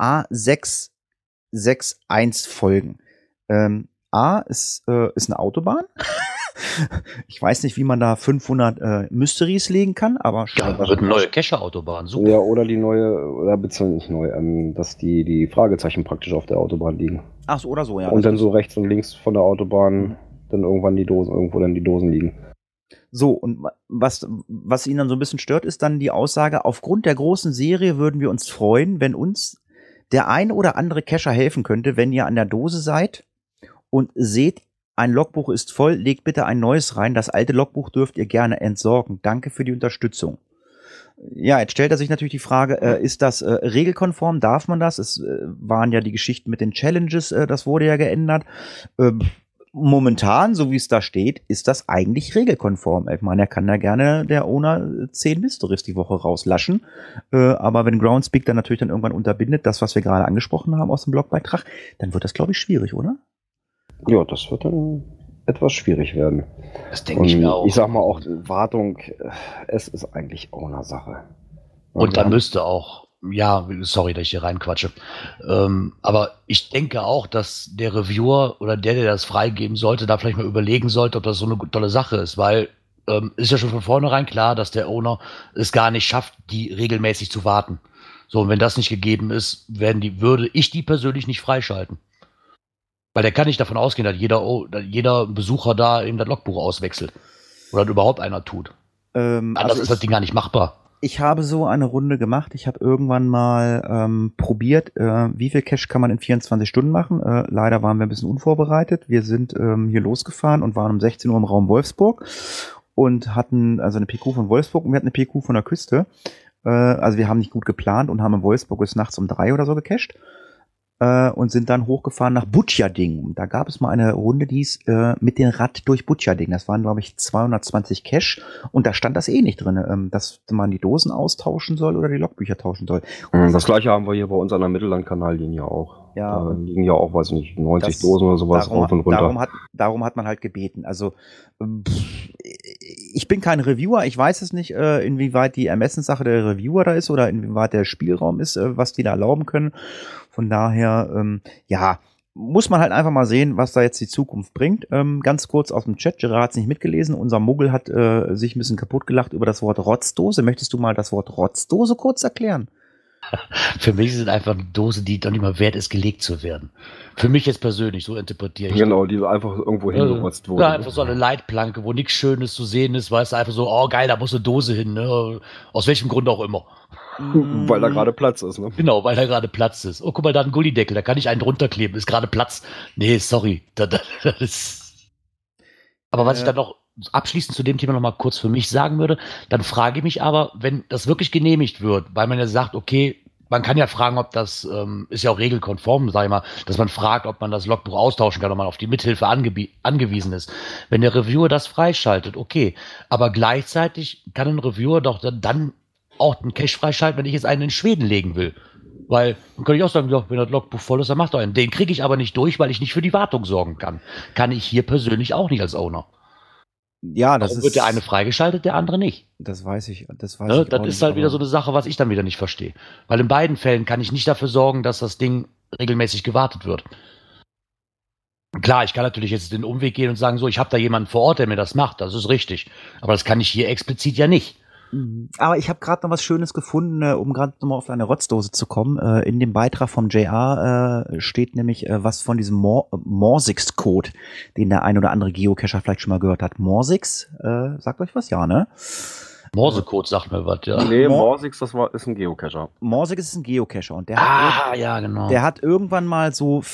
A: A661 folgen. A ist eine Autobahn. Ich weiß nicht, wie man da 500 Mysteries legen kann, aber
D: ja, das wird eine neue Cache-Autobahn, super.
B: Ja, oder die neue, oder beziehungsweise nicht neu, dass die Fragezeichen praktisch auf der Autobahn liegen.
A: Ach so, oder so, ja.
B: Und dann so rechts und links von der Autobahn dann irgendwann die Dosen liegen.
A: So, und was ihn dann so ein bisschen stört, ist dann die Aussage, aufgrund der großen Serie würden wir uns freuen, wenn uns der ein oder andere Cacher helfen könnte, wenn ihr an der Dose seid und seht, ein Logbuch ist voll, legt bitte ein neues rein. Das alte Logbuch dürft ihr gerne entsorgen. Danke für die Unterstützung. Ja, jetzt stellt er sich natürlich die Frage, ist das regelkonform? Darf man das? Es waren ja die Geschichten mit den Challenges, das wurde ja geändert. Momentan, so wie es da steht, ist das eigentlich regelkonform. Ich meine, er kann da gerne der Owner 10 Mysteries die Woche rauslaschen. Aber wenn Groundspeak dann natürlich dann irgendwann unterbindet, das, was wir gerade angesprochen haben aus dem Blogbeitrag, dann wird das, glaube ich, schwierig, oder?
B: Ja, das wird dann etwas schwierig werden.
D: Das denke ich mir auch.
B: Ich sag mal auch, Wartung, es ist eigentlich Owner-Sache.
D: Und dann müsste auch, ja, sorry, dass ich hier reinquatsche, aber ich denke auch, dass der Reviewer oder der das freigeben sollte, da vielleicht mal überlegen sollte, ob das so eine tolle Sache ist, weil ist ja schon von vornherein klar, dass der Owner es gar nicht schafft, die regelmäßig zu warten. So, und wenn das nicht gegeben ist, würde ich die persönlich nicht freischalten. Weil der kann nicht davon ausgehen, dass jeder Besucher da eben das Logbuch auswechselt. Oder dass überhaupt einer tut. Anders ist das Ding gar nicht machbar.
A: Ich habe so eine Runde gemacht. Ich habe irgendwann mal probiert, wie viel Cache kann man in 24 Stunden machen. Leider waren wir ein bisschen unvorbereitet. Wir sind hier losgefahren und waren um 16 Uhr im Raum Wolfsburg und hatten also eine PQ von Wolfsburg und wir hatten eine PQ von der Küste. Also wir haben nicht gut geplant und haben in Wolfsburg bis nachts um 3 oder so gecached. Und sind dann hochgefahren nach Butjading. Da gab es mal eine Runde, die ist mit dem Rad durch Butjading. Das waren, glaube ich, 220 Cache und da stand das eh nicht drin, dass man die Dosen austauschen soll oder die Logbücher tauschen soll. Und
B: das gleiche haben wir hier bei uns an der Mittellandkanallinie auch.
A: Ja,
B: da liegen ja auch, weiß nicht, 90 Dosen oder sowas rauf und runter.
A: Darum hat man halt gebeten. Also ich bin kein Reviewer, ich weiß es nicht, inwieweit die Ermessenssache der Reviewer da ist oder inwieweit der Spielraum ist, was die da erlauben können. Von daher, ja, muss man halt einfach mal sehen, was da jetzt die Zukunft bringt. Ganz kurz aus dem Chat, Gerard hat es nicht mitgelesen, unser Muggel hat sich ein bisschen kaputt gelacht über das Wort Rotzdose. Möchtest du mal das Wort Rotzdose kurz erklären?
D: Für mich sind einfach eine Dose, die doch nicht mal wert ist, gelegt zu werden. Für mich jetzt persönlich, so interpretiere ich.
B: Genau, die einfach irgendwo hingerotzt wurde.
D: Ja, einfach so eine Leitplanke, wo nichts Schönes zu sehen ist, weißt du, einfach so, oh geil, da muss eine Dose hin, ne? Aus welchem Grund auch immer.
B: Weil da gerade Platz ist, ne?
D: Genau, weil da gerade Platz ist. Oh, guck mal, da ein Gullideckel, da kann ich einen drunter kleben, ist gerade Platz. Nee, sorry. Das ist. Aber was ich dann noch abschließend zu dem Thema noch mal kurz für mich sagen würde, dann frage ich mich aber, wenn das wirklich genehmigt wird, weil man ja sagt, okay, man kann ja fragen, ob das, ist ja auch regelkonform, sag ich mal, dass man fragt, ob man das Logbuch austauschen kann, ob man auf die Mithilfe angewiesen ist. Wenn der Reviewer das freischaltet, okay, aber gleichzeitig kann ein Reviewer doch dann auch einen Cache freischalten, wenn ich jetzt einen in Schweden legen will. Weil, dann könnte ich auch sagen, ja, wenn das Logbuch voll ist, dann macht doch einen. Den kriege ich aber nicht durch, weil ich nicht für die Wartung sorgen kann. Kann ich hier persönlich auch nicht als Owner.
A: Ja, das
D: Warum wird der eine freigeschaltet, der andere nicht?
A: Das weiß ich. Das
D: ist halt wieder so eine Sache, was ich dann wieder nicht verstehe. Weil in beiden Fällen kann ich nicht dafür sorgen, dass das Ding regelmäßig gewartet wird. Klar, ich kann natürlich jetzt den Umweg gehen und sagen, so, ich habe da jemanden vor Ort, der mir das macht. Das ist richtig. Aber das kann ich hier explizit ja nicht.
A: Aber ich habe gerade noch was Schönes gefunden, um gerade nochmal auf eine Rotzdose zu kommen. In dem Beitrag vom JR steht nämlich was von diesem Morsix-Code, den der ein oder andere Geocacher vielleicht schon mal gehört hat. Morsix, sagt euch was? Ja, ne?
D: Morsecode sagt mir was, ja.
B: Nee, Morsix, ist ein Geocacher.
A: Morsix ist ein Geocacher und der
D: ja, genau.
A: Der hat irgendwann mal so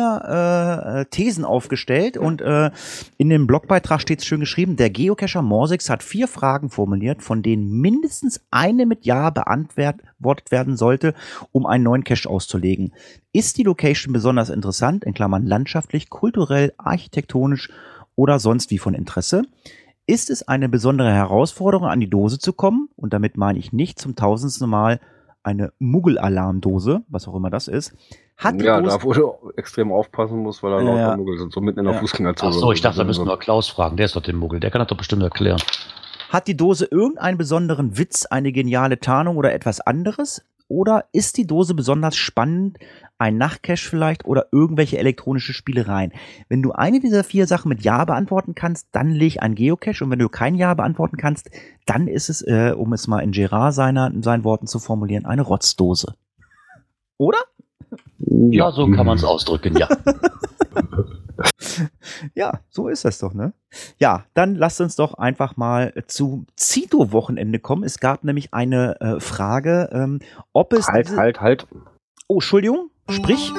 A: 4 Thesen aufgestellt und in dem Blogbeitrag steht es schön geschrieben, der Geocacher Morsix hat 4 Fragen formuliert, von denen mindestens eine mit Ja beantwortet werden sollte, um einen neuen Cache auszulegen. Ist die Location besonders interessant, in Klammern landschaftlich, kulturell, architektonisch oder sonst wie von Interesse? Ist es eine besondere Herausforderung, an die Dose zu kommen? Und damit meine ich nicht zum 1000. Mal eine Muggel-Alarmdose, was auch immer das ist.
B: Da wo du extrem aufpassen musst, weil da lauter Muggel sind, so mitten in der Fußgängerzone.
D: Ach so, ich dachte, da müssen wir Klaus fragen, der ist doch den Muggel, der kann das doch bestimmt erklären.
A: Hat die Dose irgendeinen besonderen Witz, eine geniale Tarnung oder etwas anderes? Oder ist die Dose besonders spannend, ein Nachtcache vielleicht oder irgendwelche elektronische Spielereien? Wenn du eine dieser 4 Sachen mit Ja beantworten kannst, dann leg ein Geocache. Und wenn du kein Ja beantworten kannst, dann ist es, um es mal in Gerard seinen Worten zu formulieren, eine Rotzdose. Oder?
D: Ja, so kann man es ausdrücken, ja.
A: Ja, so ist das doch, ne? Ja, dann lasst uns doch einfach mal zu Zito-Wochenende kommen. Es gab nämlich eine Frage, ob es...
B: Halt.
A: Oh, Entschuldigung, sprich.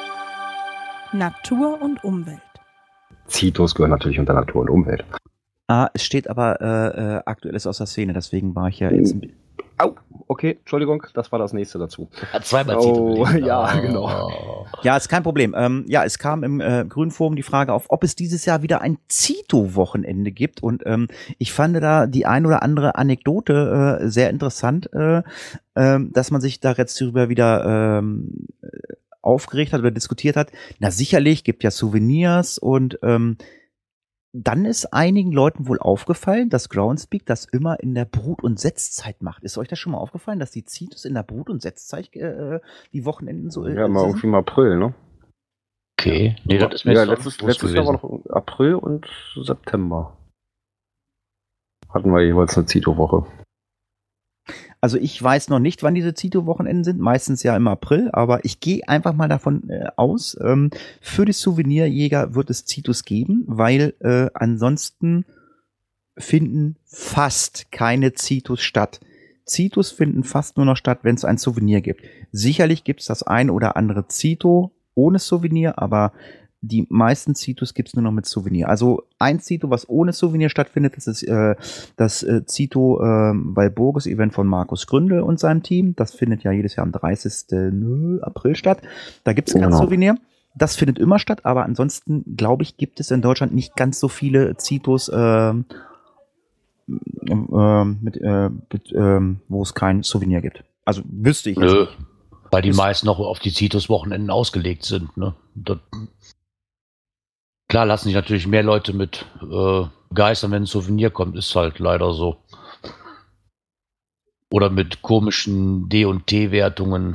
G: Natur und Umwelt.
B: Zitos gehören natürlich unter Natur und Umwelt.
A: Es steht aber aktuelles aus der Szene, deswegen war ich ja jetzt.
B: Au, okay, Entschuldigung, das war das nächste dazu.
D: Hat zweimal
B: Oh,
D: Zito
B: ja, genau.
A: Ja, ist kein Problem. Ja, es kam im Grünforum die Frage auf, ob es dieses Jahr wieder ein Zito-Wochenende gibt. Und ich fand da die ein oder andere Anekdote sehr interessant, dass man sich da jetzt darüber wieder aufgeregt hat oder diskutiert hat. Na, sicherlich, gibt ja Souvenirs und dann ist einigen Leuten wohl aufgefallen, dass Groundspeak das immer in der Brut- und Setzzeit macht. Ist euch das schon mal aufgefallen, dass die Zitos in der Brut- und Setzzeit die Wochenenden so
B: Ja, mal irgendwie im April, ne?
D: Okay. Nee, das ist mir
B: Ja,
D: jetzt
B: letztes Jahr war noch April und September. Hatten wir jeweils eine Zito-Woche.
A: Also ich weiß noch nicht, wann diese Zito-Wochenenden sind, meistens ja im April, aber ich gehe einfach mal davon aus, für die Souvenirjäger wird es Zitos geben, weil ansonsten finden fast keine Zitos statt. Zitos finden fast nur noch statt, wenn es ein Souvenir gibt. Sicherlich gibt es das ein oder andere Zito ohne Souvenir, aber die meisten Zitos gibt es nur noch mit Souvenir. Also ein Zito, was ohne Souvenir stattfindet, das ist das Zito Walburgis-Event von Markus Gründel und seinem Team. Das findet ja jedes Jahr am 30. April statt. Da gibt es kein Souvenir. Das findet immer statt, aber ansonsten, glaube ich, gibt es in Deutschland nicht ganz so viele Zitos, wo es kein Souvenir gibt. Also wüsste ich jetzt nicht.
D: Weil die meisten noch auf die Zitos-Wochenenden ausgelegt sind. Ne? Klar lassen sich natürlich mehr Leute mit begeistern, wenn ein Souvenir kommt, ist halt leider so. Oder mit komischen D&T-Wertungen.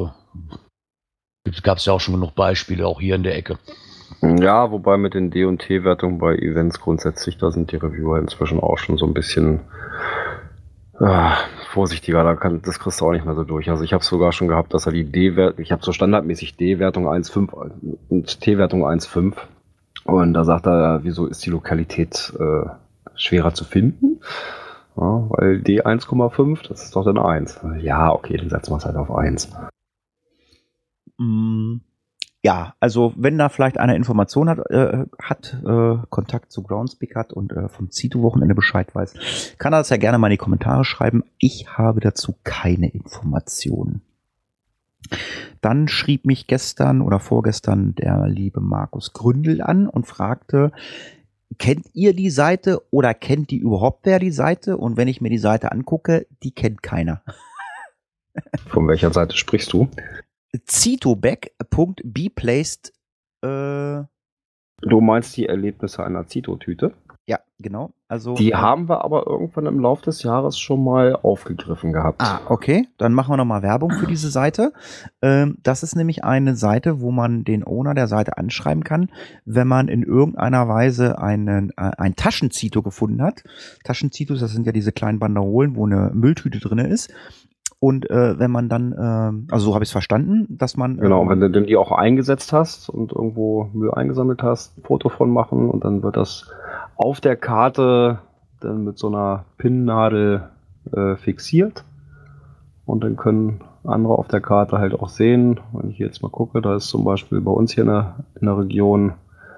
D: Gab es ja auch schon genug Beispiele, auch hier in der Ecke.
B: Ja, wobei mit den D&T-Wertungen bei Events grundsätzlich, da sind die Reviewer inzwischen auch schon so ein bisschen vorsichtiger, das kriegst du auch nicht mehr so durch. Also ich habe sogar schon gehabt, dass er die D-Wertung, ich habe so standardmäßig D-Wertung 1,5 und T-Wertung 1,5. Und da sagt er, wieso ist die Lokalität schwerer zu finden? Ja, weil D 1,5, das ist doch dann 1. Ja, okay, dann setzen wir es halt auf 1.
A: Ja, also wenn da vielleicht einer Information hat, Kontakt zu Groundspeak hat und vom Zito-Wochenende Bescheid weiß, kann er das ja gerne mal in die Kommentare schreiben. Ich habe dazu keine Informationen. Dann schrieb mich gestern oder vorgestern der liebe Markus Gründel an und fragte, kennt ihr die Seite oder kennt die überhaupt wer die Seite? Und wenn ich mir die Seite angucke, die kennt keiner.
B: Von welcher Seite sprichst du?
A: Zitoback.beplaced.
B: Du meinst die Erlebnisse einer Zito-Tüte?
A: Ja, genau. Also
B: die haben wir aber irgendwann im Laufe des Jahres schon mal aufgegriffen gehabt.
A: Ah, okay. Dann machen wir nochmal Werbung für diese Seite. Das ist nämlich eine Seite, wo man den Owner der Seite anschreiben kann, wenn man in irgendeiner Weise ein Taschenzito gefunden hat. Taschenzitos, das sind ja diese kleinen Banderolen, wo eine Mülltüte drin ist. Und wenn man dann, also so habe ich es verstanden, dass man...
B: Genau, wenn du denn die auch eingesetzt hast und irgendwo Müll eingesammelt hast, ein Foto von machen und dann wird das auf der Karte dann mit so einer Pinnnadel fixiert. Und dann können andere auf der Karte halt auch sehen, wenn ich jetzt mal gucke, da ist zum Beispiel bei uns hier in der Region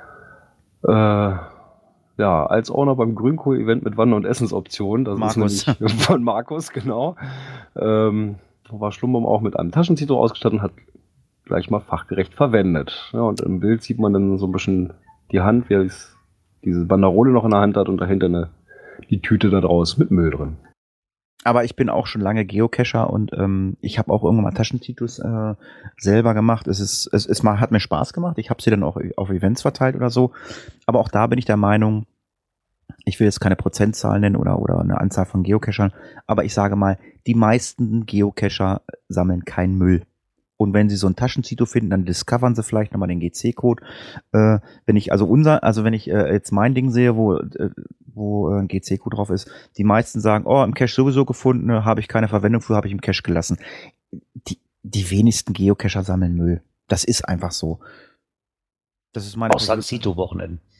B: als Owner beim Grünkohl-Event mit Wander- und Essensoptionen. Das
A: Markus.
B: ist nämlich von Markus, genau. War Schlumbum auch mit einem Taschenzito ausgestattet und hat gleich mal fachgerecht verwendet. Ja, und im Bild sieht man dann so ein bisschen die Hand, wie er diese Banderole noch in der Hand hat und dahinter die Tüte da draus mit Müll drin.
A: Aber ich bin auch schon lange Geocacher und ich habe auch irgendwann mal Taschentitos selber gemacht. Es hat mir Spaß gemacht. Ich habe sie dann auch auf Events verteilt oder so. Aber auch da bin ich der Meinung, ich will jetzt keine Prozentzahl nennen oder eine Anzahl von Geocachern, aber ich sage mal, die meisten Geocacher sammeln keinen Müll. Und wenn sie so ein Taschenzito finden, dann discovern sie vielleicht nochmal den GC-Code. Wenn ich jetzt mein Ding sehe, wo ein GC-Code drauf ist, die meisten sagen, oh, im Cache sowieso gefunden, habe ich keine Verwendung für, habe ich im Cache gelassen. Die wenigsten Geocacher sammeln Müll. Das ist einfach so. Das ist meine
D: Außer an Zito-Wochenenden.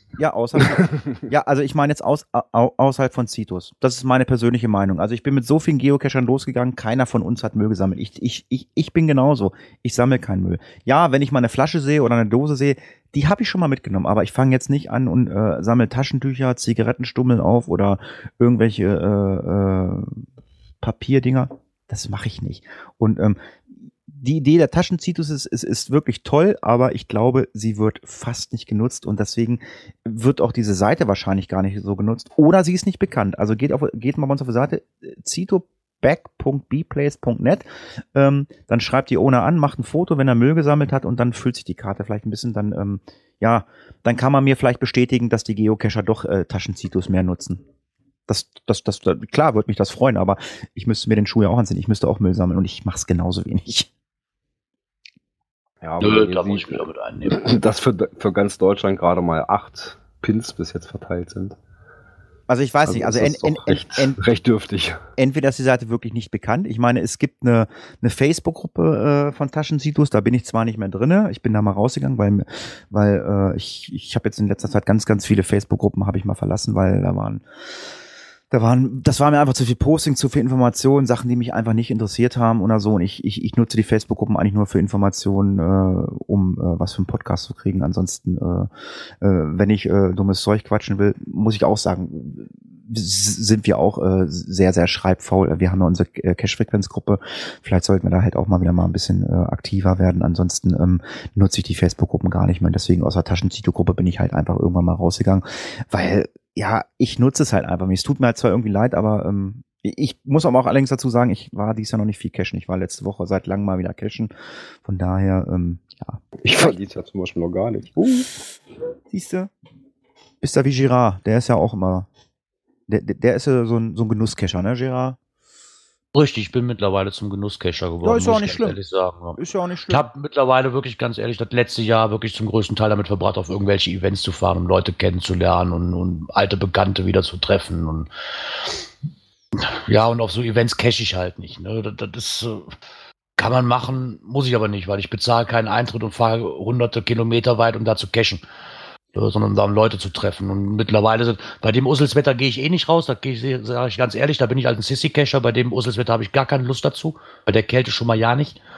A: Ja, ja, also ich meine jetzt außerhalb von Citus. Das ist meine persönliche Meinung. Also ich bin mit so vielen Geocachern losgegangen, keiner von uns hat Müll gesammelt. Ich bin genauso. Ich sammle keinen Müll. Ja, wenn ich mal eine Flasche sehe oder eine Dose sehe, die habe ich schon mal mitgenommen, aber ich fange jetzt nicht an und sammle Taschentücher, Zigarettenstummel auf oder irgendwelche Papierdinger. Das mache ich nicht. Und die Idee der Taschenzitus ist wirklich toll, aber ich glaube, sie wird fast nicht genutzt und deswegen wird auch diese Seite wahrscheinlich gar nicht so genutzt oder sie ist nicht bekannt. Also geht mal bei uns auf die Seite zitoback.bplace.net, dann schreibt die Owner an, macht ein Foto, wenn er Müll gesammelt hat und dann füllt sich die Karte vielleicht ein bisschen, dann dann kann man mir vielleicht bestätigen, dass die Geocacher doch Taschenzitus mehr nutzen. Das klar, würde mich das freuen, aber ich müsste mir den Schuh ja auch ansehen. Ich müsste auch Müll sammeln und ich mache es genauso wenig.
B: Ja, aber da muss ich mich damit einnehmen. Dass für ganz Deutschland gerade mal 8 Pins bis jetzt verteilt sind.
A: Also ich weiß nicht, also
B: recht dürftig.
A: Entweder ist die Seite wirklich nicht bekannt. Ich meine, es gibt eine Facebook-Gruppe von Taschenzitus, da bin ich zwar nicht mehr drinne, ich bin da mal rausgegangen, weil ich habe jetzt in letzter Zeit ganz, ganz viele Facebook-Gruppen habe ich mal verlassen, weil das war mir einfach zu viel Posting, zu viel Informationen, Sachen, die mich einfach nicht interessiert haben oder so. Und ich nutze die Facebook-Gruppen eigentlich nur für Informationen, um was für einen Podcast zu kriegen. Ansonsten, wenn ich dummes Zeug quatschen will, muss ich auch sagen, sind wir auch sehr, sehr schreibfaul. Wir haben ja unsere Cache-Frequenz-Gruppe. Vielleicht sollten wir da halt auch mal wieder mal ein bisschen aktiver werden. Ansonsten nutze ich die Facebook-Gruppen gar nicht mehr. Und deswegen aus der Taschenzito-Gruppe bin ich halt einfach irgendwann mal rausgegangen, weil ja, ich nutze es halt einfach. Es tut mir halt zwar irgendwie leid, aber ich muss aber auch allerdings dazu sagen, ich war dieses Jahr noch nicht viel cashen. Ich war letzte Woche seit langem mal wieder cashen. Von daher, ja.
B: Ich war dieses Jahr zum Beispiel noch gar nicht.
A: Siehst du? Bist da wie Girard. Der ist ja auch immer, der ist ja so ein Genusscacher, ne, Girard?
D: Richtig, ich bin mittlerweile zum Genusscacher geworden.
A: Ja, ist ja auch nicht schlimm.
D: Ehrlich sagen. Ja.
A: Ist ja auch nicht schlimm.
D: Ich habe mittlerweile wirklich, ganz ehrlich, das letzte Jahr wirklich zum größten Teil damit verbracht, auf irgendwelche Events zu fahren, um Leute kennenzulernen und alte Bekannte wieder zu treffen. Und ja, und auf so Events cache ich halt nicht. Ne? Das ist, kann man machen, muss ich aber nicht, weil ich bezahle keinen Eintritt und fahre hunderte Kilometer weit, um da zu cachen. Sondern da um Leute zu treffen. Und mittlerweile, bei dem Usselswetter gehe ich eh nicht raus, da sage ich ganz ehrlich, da bin ich als ein Sissy-Cacher, bei dem Usselswetter habe ich gar keine Lust dazu, bei der Kälte schon mal ja nicht.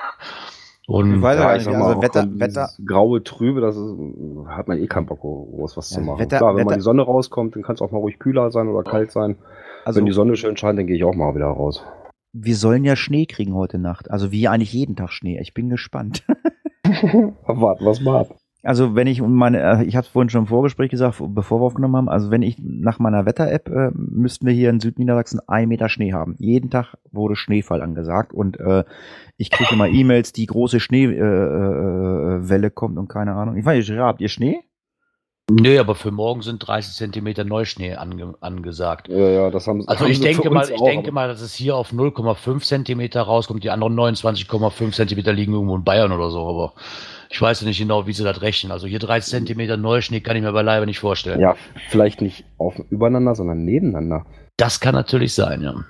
D: Und
B: ich sag mal, Wetter graue Trübe, hat man eh keinen Bock, groß was zu machen. Klar, wenn mal die Sonne rauskommt, dann kann es auch mal ruhig kühler sein oder kalt sein. Also, wenn die Sonne schön scheint, dann gehe ich auch mal wieder raus.
A: Wir sollen ja Schnee kriegen heute Nacht, also wie eigentlich jeden Tag Schnee. Ich bin gespannt.
B: Warten, was mal ab.
A: Also wenn ich ich habe es vorhin schon im Vorgespräch gesagt, bevor wir aufgenommen haben, also wenn ich nach meiner Wetter-App, müssten wir hier in Südniedersachsen 1 Meter Schnee haben. Jeden Tag wurde Schneefall angesagt und ich kriege immer E-Mails, die große Schneewelle kommt und keine Ahnung. Ich weiß nicht, habt ihr Schnee?
D: Nee, aber für morgen sind 30 Zentimeter Neuschnee angesagt.
B: Ja, das haben sie.
D: Also ich denke mal, dass es hier auf 0,5 Zentimeter rauskommt. Die anderen 29,5 Zentimeter liegen irgendwo in Bayern oder so, aber ich weiß nicht genau, wie sie das rechnen. Also hier 30 Zentimeter Neuschnee kann ich mir beileibe nicht vorstellen.
B: Ja, vielleicht nicht übereinander, sondern nebeneinander.
D: Das kann natürlich sein, ja.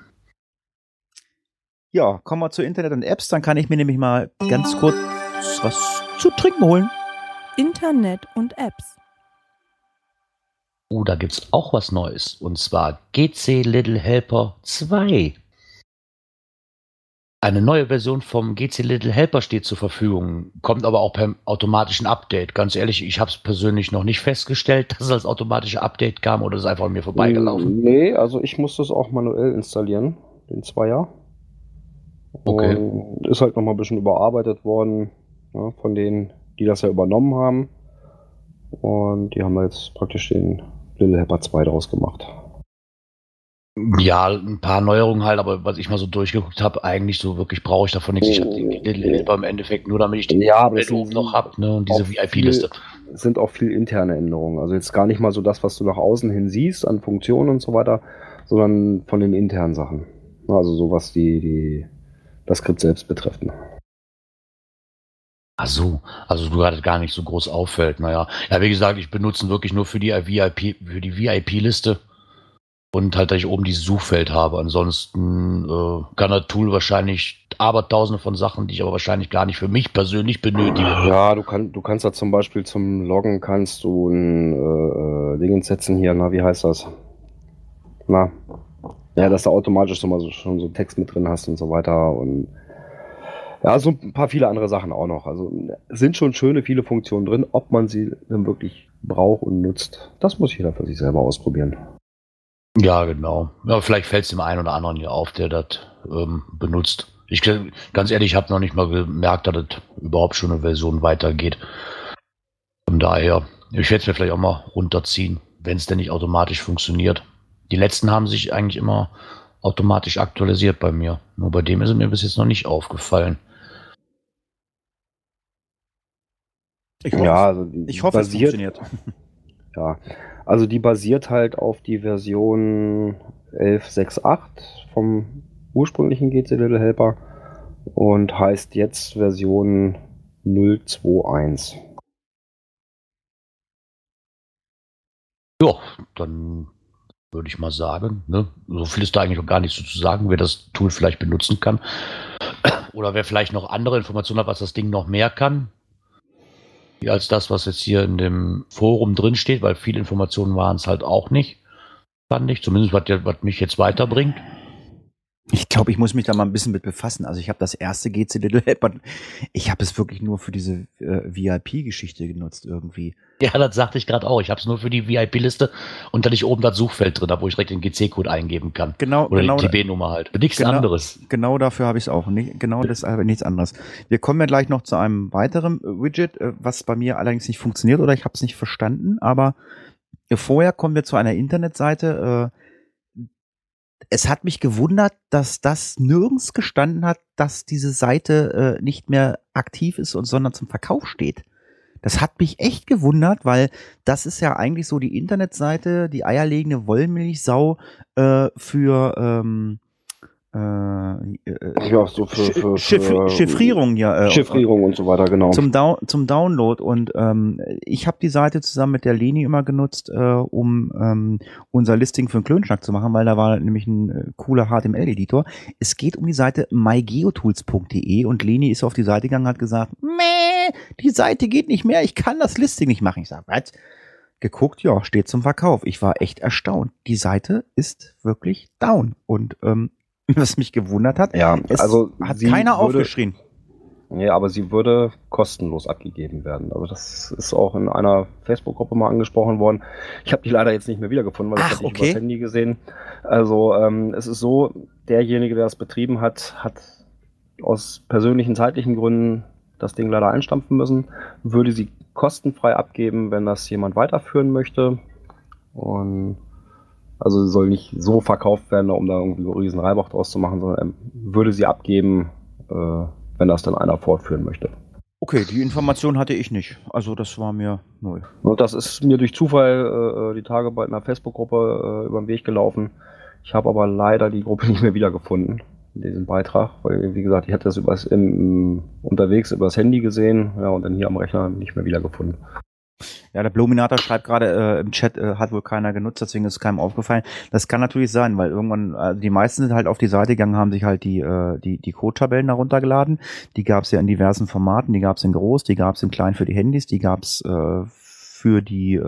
A: Ja, kommen wir zu Internet und Apps. Dann kann ich mir nämlich mal ganz kurz was zu trinken holen.
G: Internet und Apps.
D: Da gibt's auch was Neues. Und zwar GC Little Helper 2. Eine neue Version vom GC Little Helper steht zur Verfügung, kommt aber auch per automatischen Update. Ganz ehrlich, ich habe es persönlich noch nicht festgestellt, dass es als automatische Update kam oder ist einfach an mir vorbeigelaufen.
B: Nee, also ich musste es auch manuell installieren, den 2er.
D: Okay.
B: Und ist halt nochmal ein bisschen überarbeitet worden, ja, von denen, die das ja übernommen haben. Und die haben jetzt praktisch den Little Helper 2 draus gemacht.
D: Ja, ein paar Neuerungen halt, aber was ich mal so durchgeguckt habe, eigentlich so wirklich brauche ich davon nichts. Ich habe den Little Helper im Endeffekt nur, damit ich den oben noch habe, ne, und diese VIP-Liste.
B: Es sind auch viel interne Änderungen. Also jetzt gar nicht mal so das, was du nach außen hin siehst, an Funktionen und so weiter, sondern von den internen Sachen. Also so was das Skript selbst betrifft.
D: Ach so, also du hattest gar nicht so groß auffällt, naja. Ja, wie gesagt, ich benutze ihn wirklich nur für die VIP-Liste. Und halt, dass ich oben dieses Suchfeld habe. Ansonsten kann das Tool wahrscheinlich abertausende von Sachen, die ich aber wahrscheinlich gar nicht für mich persönlich benötige.
B: Ja, du kannst da zum Beispiel zum Loggen kannst du ein Dingens setzen hier, na, wie heißt das? Na, ja, dass du automatisch schon so Text mit drin hast und so weiter und ja, so ein paar viele andere Sachen auch noch. Also sind schon schöne, viele Funktionen drin. Ob man sie dann wirklich braucht und nutzt, das muss jeder für sich selber ausprobieren.
D: Ja, genau. Ja, vielleicht fällt es dem einen oder anderen hier auf, der das benutzt. Ich ganz ehrlich, ich habe noch nicht mal gemerkt, dass es überhaupt schon eine Version weitergeht. Von daher, ich werde es mir vielleicht auch mal runterziehen, wenn es denn nicht automatisch funktioniert. Die letzten haben sich eigentlich immer automatisch aktualisiert bei mir. Nur bei dem ist es mir bis jetzt noch nicht aufgefallen.
A: Ich hoffe, es funktioniert.
B: Ja, also die basiert halt auf die Version 11.6.8 vom ursprünglichen GC Little Helper und heißt jetzt Version 0.2.1.
D: Ja, dann würde ich mal sagen, ne? So viel ist da eigentlich noch gar nicht so zu sagen, wer das Tool vielleicht benutzen kann. Oder wer vielleicht noch andere Informationen hat, was das Ding noch mehr kann, als das, was jetzt hier in dem Forum drin steht, weil viele Informationen waren es halt auch nicht, fand ich. Zumindest was mich jetzt weiterbringt.
A: Ich glaube, ich muss mich da mal ein bisschen mit befassen. Also ich habe das erste GC Little Helper, ich habe es wirklich nur für diese VIP-Geschichte genutzt irgendwie.
D: Ja, das sagte ich gerade auch. Ich habe es nur für die VIP-Liste und dann ich oben das Suchfeld drin habe, wo ich direkt den GC-Code eingeben kann. Oder die TB-Nummer halt. Nichts anderes.
A: Genau dafür habe ich es auch. Genau deshalb nichts anderes. Wir kommen ja gleich noch zu einem weiteren Widget, was bei mir allerdings nicht funktioniert oder ich habe es nicht verstanden. Aber vorher kommen wir zu einer Internetseite. Es hat mich gewundert, dass das nirgends gestanden hat, dass diese Seite nicht mehr aktiv ist sondern zum Verkauf steht. Das hat mich echt gewundert, weil das ist ja eigentlich so die Internetseite, die eierlegende Wollmilchsau für
B: Ja, so für
A: Chiffrierung ja.
B: Chiffrierung und so weiter, genau.
A: Zum Download. Und ich habe die Seite zusammen mit der Leni immer genutzt, um unser Listing für den Klönschnack zu machen, weil da war nämlich ein cooler HTML-Editor. Es geht um die Seite mygeotools.de und Leni ist auf die Seite gegangen und hat gesagt, die Seite geht nicht mehr, ich kann das Listing nicht machen. Ich sage, was? Geguckt, ja, steht zum Verkauf. Ich war echt erstaunt. Die Seite ist wirklich down. Und was mich gewundert hat, hat keiner aufgeschrien.
B: Ja, aber sie würde kostenlos abgegeben werden. Also das ist auch in einer Facebook-Gruppe mal angesprochen worden. Ich habe die leider jetzt nicht mehr wiedergefunden, weil ich habe nicht übers Handy gesehen. Also es ist so, derjenige, der das betrieben hat, hat aus persönlichen zeitlichen Gründen das Ding leider einstampfen müssen. Würde sie kostenfrei abgeben, wenn das jemand weiterführen möchte. Und also sie soll nicht so verkauft werden, um da irgendwie einen riesen Reibach draus zu machen, sondern würde sie abgeben, wenn das dann einer fortführen möchte.
A: Okay, die Information hatte ich nicht. Also das war mir neu.
B: Und das ist mir durch Zufall die Tage bei einer Facebook-Gruppe über den Weg gelaufen. Ich habe aber leider die Gruppe nicht mehr wiedergefunden, diesen Beitrag, weil, wie gesagt, ich hatte das unterwegs übers Handy gesehen, ja, und dann hier am Rechner nicht mehr wiedergefunden.
A: Ja, der Bluminator schreibt gerade im Chat, hat wohl keiner genutzt, deswegen ist es keinem aufgefallen. Das kann natürlich sein, weil irgendwann, die meisten sind halt auf die Seite gegangen, haben sich halt die Code-Tabellen darunter geladen. Die gab es ja in diversen Formaten, die gab es in groß, die gab es in klein für die Handys, die gab es für die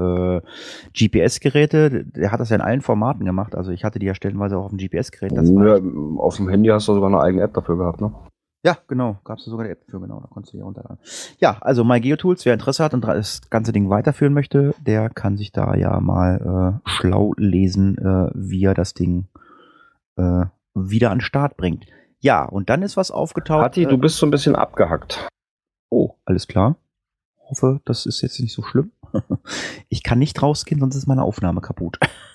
A: GPS-Geräte. Der hat das ja in allen Formaten gemacht, also ich hatte die ja stellenweise auch auf dem GPS-Gerät.
B: Ja, auf dem Handy hast du sogar eine eigene App dafür gehabt, ne?
A: Ja, genau. Gab es sogar eine App für, genau. Da konntest du die runterladen. Ja, also MyGeoTools, wer Interesse hat und das ganze Ding weiterführen möchte, der kann sich da ja mal schlau lesen, wie er das Ding wieder an den Start bringt. Ja, und dann ist was aufgetaucht.
B: Hatti, du bist so ein bisschen abgehackt.
A: Oh, alles klar. Hoffe, das ist jetzt nicht so schlimm. Ich kann nicht rausgehen, sonst ist meine Aufnahme kaputt.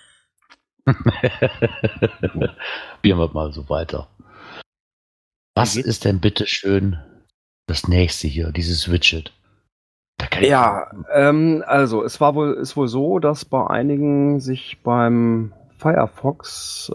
D: Bieren wir mal so weiter. Was ist denn bitte schön das nächste hier, dieses Widget?
B: Ja, also es ist wohl so, dass bei einigen sich beim Firefox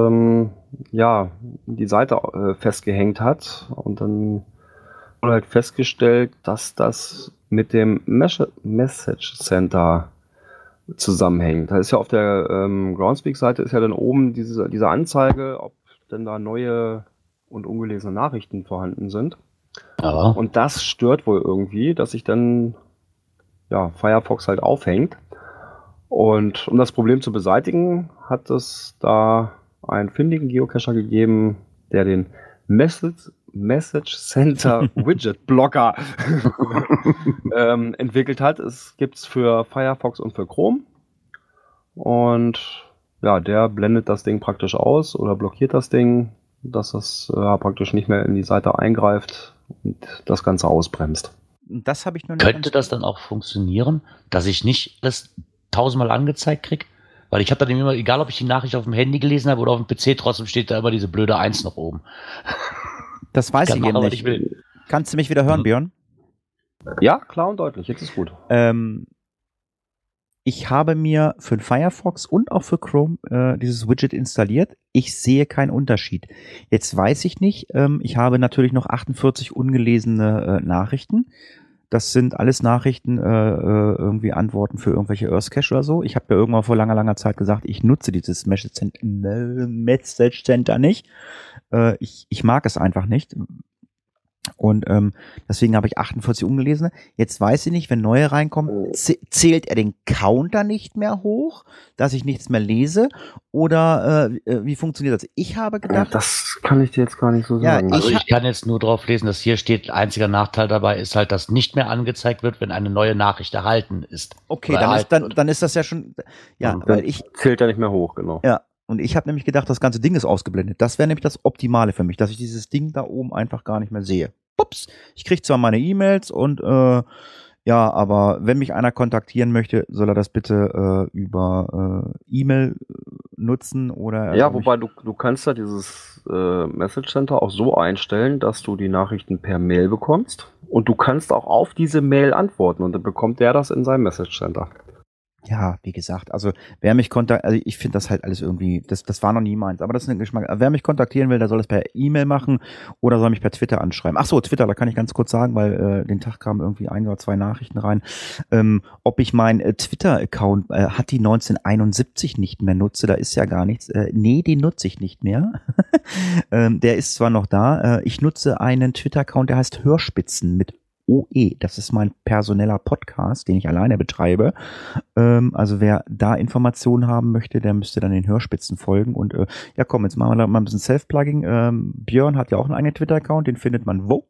B: die Seite festgehängt hat und dann wurde halt festgestellt, dass das mit dem Message Center zusammenhängt. Da ist ja auf der Groundspeak-Seite ist ja dann oben diese Anzeige, ob denn da neue und ungelesene Nachrichten vorhanden sind.
D: Ja.
B: Und das stört wohl irgendwie, dass sich dann Firefox halt aufhängt. Und um das Problem zu beseitigen, hat es da einen findigen Geocacher gegeben, der den Message Center Widget Blocker entwickelt hat. Es gibt es für Firefox und für Chrome. Und ja, der blendet das Ding praktisch aus oder blockiert das Ding, dass das praktisch nicht mehr in die Seite eingreift und das Ganze ausbremst.
A: Das habe ich noch nicht.
D: Könnte das dann auch funktionieren, dass ich nicht das 1000-mal angezeigt kriege? Weil ich habe dann immer, egal ob ich die Nachricht auf dem Handy gelesen habe oder auf dem PC, trotzdem steht da immer diese blöde 1 noch oben.
A: Das weiß ich eben
D: was
A: nicht.
D: ich will.
A: Kannst du mich wieder hören, Björn?
B: Ja, klar und deutlich. Jetzt ist gut.
A: Ich habe mir für Firefox und auch für Chrome dieses Widget installiert. Ich sehe keinen Unterschied. Jetzt weiß ich nicht. Ich habe natürlich noch 48 ungelesene Nachrichten. Das sind alles Nachrichten, irgendwie Antworten für irgendwelche Earth Cache oder so. Ich habe ja irgendwann vor langer Zeit gesagt, ich nutze dieses Message Center nicht. Ich mag es einfach nicht. Und deswegen habe ich 48 ungelesene. Jetzt weiß ich nicht, wenn neue reinkommen, zählt er den Counter nicht mehr hoch, dass ich nichts mehr lese? Oder wie funktioniert das? Ich habe gedacht...
B: Das kann ich dir jetzt gar nicht so
A: Ja,
B: sagen.
D: Also ich kann jetzt nur drauf lesen, dass hier steht, einziger Nachteil dabei ist halt, dass nicht mehr angezeigt wird, wenn eine neue Nachricht erhalten ist.
A: Okay, dann ist das ja schon... Ja,
B: Und
A: weil
B: dann
A: ich...
B: zählt er nicht mehr hoch, genau.
A: Ja, und ich habe nämlich gedacht, das ganze Ding ist ausgeblendet. Das wäre nämlich das Optimale für mich, dass ich dieses Ding da oben einfach gar nicht mehr sehe. Ups, ich kriege zwar meine E-Mails und aber wenn mich einer kontaktieren möchte, soll er das bitte über E-Mail nutzen oder...
B: Ja, wobei du kannst ja dieses Message Center auch so einstellen, dass du die Nachrichten per Mail bekommst und du kannst auch auf diese Mail antworten und dann bekommt der das in seinem Message Center.
A: Ja, wie gesagt, also wer mich also ich finde das halt alles irgendwie, das war noch nie meins, aber das ist ein Geschmack. Wer mich kontaktieren will, der soll es per E-Mail machen oder soll mich per Twitter anschreiben. Ach so, Twitter, da kann ich ganz kurz sagen, weil den Tag kamen irgendwie 1 oder 2 Nachrichten rein, ob ich meinen Twitter-Account hat die 1971 nicht mehr nutze, da ist ja gar nichts. Nee, den nutze ich nicht mehr. Der ist zwar noch da, ich nutze einen Twitter-Account, der heißt Hörspitzen mit OE. Das ist mein personeller Podcast, den ich alleine betreibe. Also wer da Informationen haben möchte, der müsste dann den Hörspitzen folgen. Und ja komm, jetzt machen wir da mal ein bisschen Self-Plugging. Björn hat ja auch einen eigenen Twitter-Account, den findet man wo?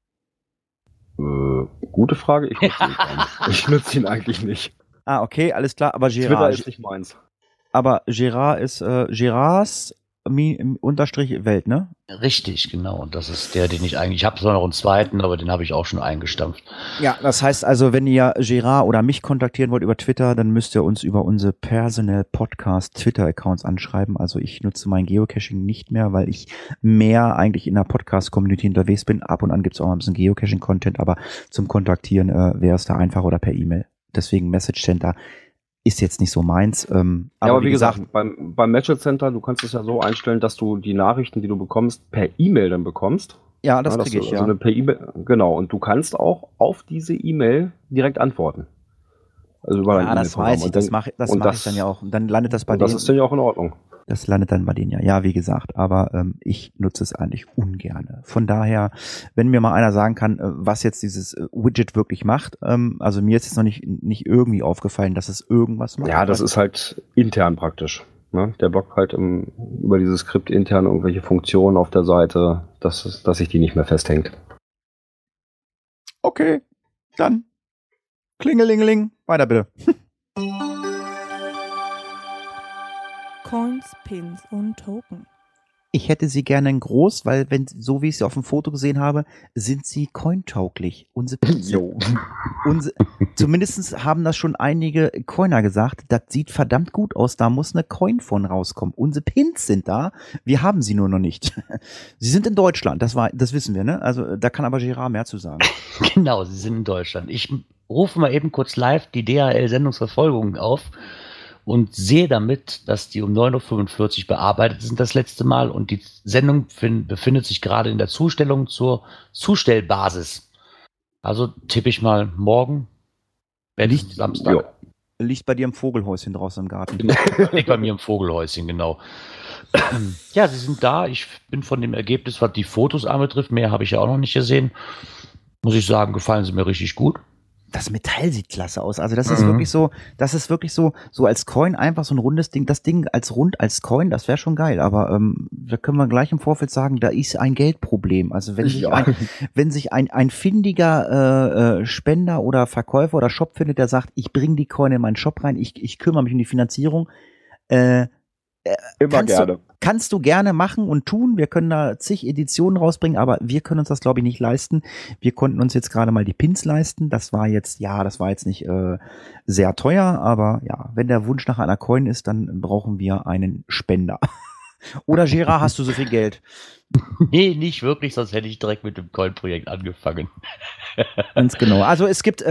B: Gute Frage. Ich nutze ihn eigentlich nicht.
A: Ah, okay, alles klar. Aber
B: Twitter
A: Gerard
B: ist nicht meins.
A: Aber Gerard ist Gerards Unterstrich-Welt, ne?
D: Richtig, genau. Und das ist der, den ich habe zwar noch einen zweiten, aber den habe ich auch schon eingestampft.
A: Ja, das heißt also, wenn ihr Gerard oder mich kontaktieren wollt über Twitter, dann müsst ihr uns über unsere Personal Podcast Twitter-Accounts anschreiben. Also ich nutze mein Geocaching nicht mehr, weil ich mehr eigentlich in der Podcast-Community unterwegs bin. Ab und an gibt es auch mal ein bisschen Geocaching-Content, aber zum Kontaktieren wäre es da einfach oder per E-Mail. Deswegen Message Center ist jetzt nicht so meins.
B: Aber wie gesagt, beim Message Center, du kannst es ja so einstellen, dass du die Nachrichten, die du bekommst, per E-Mail dann bekommst.
A: Ja, das kriege ich,
B: ja. Also per E-Mail, genau. Und du kannst auch auf diese E-Mail direkt antworten. Also über
A: ja, das weiß ich, das mache ich dann ja auch. Und dann landet das bei denen.
B: Das ist dann ja auch in Ordnung.
A: Das landet dann bei denen ja. Ja, wie gesagt, aber ich nutze es eigentlich ungern. Von daher, wenn mir mal einer sagen kann, was jetzt dieses Widget wirklich macht, also mir ist jetzt noch nicht irgendwie aufgefallen, dass es irgendwas macht.
B: Ja, das ist halt intern praktisch. Ne? Der blockt halt über dieses Skript intern irgendwelche Funktionen auf der Seite, dass sich die nicht mehr festhängt.
A: Okay, dann Klingelingeling, weiter bitte.
G: Coins, Pins und Token.
A: Ich hätte sie gerne in groß, weil so wie ich sie auf dem Foto gesehen habe, sind sie cointauglich. Zumindest haben das schon einige Coiner gesagt. Das sieht verdammt gut aus. Da muss eine Coin von rauskommen. Unsere Pins sind da. Wir haben sie nur noch nicht. Sie sind in Deutschland. Das wissen wir, ne? Also da kann aber Gerard mehr zu sagen.
D: Genau, sie sind in Deutschland. Ich rufe mal eben kurz live die DHL-Sendungsverfolgung auf und sehe damit, dass die um 9.45 Uhr bearbeitet sind das letzte Mal und die Sendung befindet sich gerade in der Zustellung zur Zustellbasis. Also tippe ich mal morgen, wenn nicht Samstag.
A: Liegt bei dir im Vogelhäuschen draußen im Garten.
D: Liegt bei mir im Vogelhäuschen, genau. Ja, sie sind da. Ich bin von dem Ergebnis, was die Fotos anbetrifft, mehr habe ich ja auch noch nicht gesehen. Muss ich sagen, gefallen sie mir richtig gut.
A: Das Metall sieht klasse aus. Also das ist wirklich so als Coin einfach so ein rundes Ding. Das Ding als Coin, das wäre schon geil. Aber da können wir gleich im Vorfeld sagen, da ist ein Geldproblem. Also wenn sich ein findiger Spender oder Verkäufer oder Shop findet, der sagt, ich bringe die Coin in meinen Shop rein, ich kümmere mich um die Finanzierung,
B: Immer gerne.
A: Kannst du gerne machen und tun. Wir können da zig Editionen rausbringen, aber wir können uns das, glaube ich, nicht leisten. Wir konnten uns jetzt gerade mal die Pins leisten. Das war jetzt nicht sehr teuer, aber ja, wenn der Wunsch nach einer Coin ist, dann brauchen wir einen Spender. Oder Gerard, hast du so viel Geld?
D: Nee, nicht wirklich, sonst hätte ich direkt mit dem Coin-Projekt angefangen.
A: Ganz genau. Also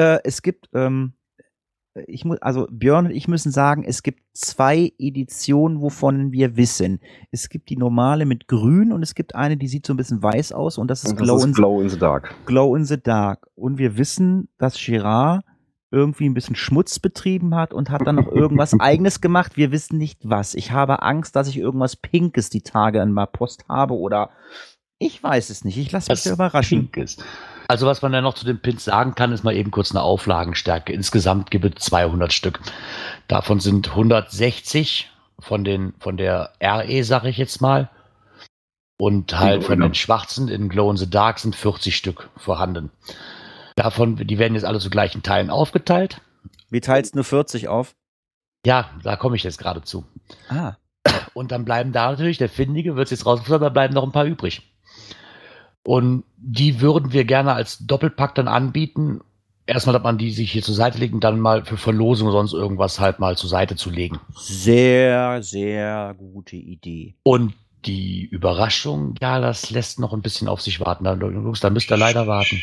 A: Björn und ich müssen sagen, es gibt 2 Editionen, wovon wir wissen. Es gibt die normale mit grün und es gibt eine, die sieht so ein bisschen weiß aus und das ist Glow
B: in the Dark.
A: Glow in the Dark. Und wir wissen, dass Gerard irgendwie ein bisschen Schmutz betrieben hat und hat dann noch irgendwas Eigenes gemacht. Wir wissen nicht was. Ich habe Angst, dass ich irgendwas Pinkes die Tage in meiner Post habe oder ich weiß es nicht. Ich lasse mich da überraschen.
D: Pinkes. Also was man ja noch zu den Pins sagen kann, ist mal eben kurz eine Auflagenstärke. Insgesamt gibt es 200 Stück. Davon sind 160 von der RE, sage ich jetzt mal. Und halt von den schwarzen in Glow in the Dark sind 40 Stück vorhanden. Die werden jetzt alle zu gleichen Teilen aufgeteilt.
A: Wie teilst du nur 40 auf?
D: Ja, da komme ich jetzt gerade zu.
A: Ah.
D: Und dann bleiben da natürlich, der Findige wird es jetzt rausgefunden, da bleiben noch ein paar übrig. Und die würden wir gerne als Doppelpack dann anbieten. Erstmal, dass man die sich hier zur Seite legt und dann mal für Verlosung oder sonst irgendwas halt mal zur Seite zu legen.
A: Sehr, sehr gute Idee.
D: Und die Überraschung, ja, das lässt noch ein bisschen auf sich warten. Da müsst ihr leider warten.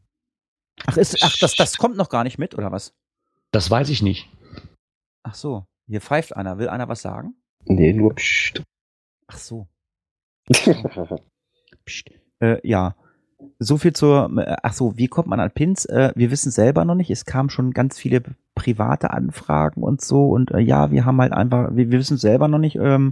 A: Das kommt noch gar nicht mit, oder was?
D: Das weiß ich nicht.
A: Ach so, hier pfeift einer. Will einer was sagen?
B: Nee, nur pst.
A: Ach so. Pst. Ja, so viel wie kommt man an Pins? Wir wissen selber noch nicht. Es kamen schon ganz viele private Anfragen und so und ja, wir haben halt einfach, wir wissen selber noch nicht.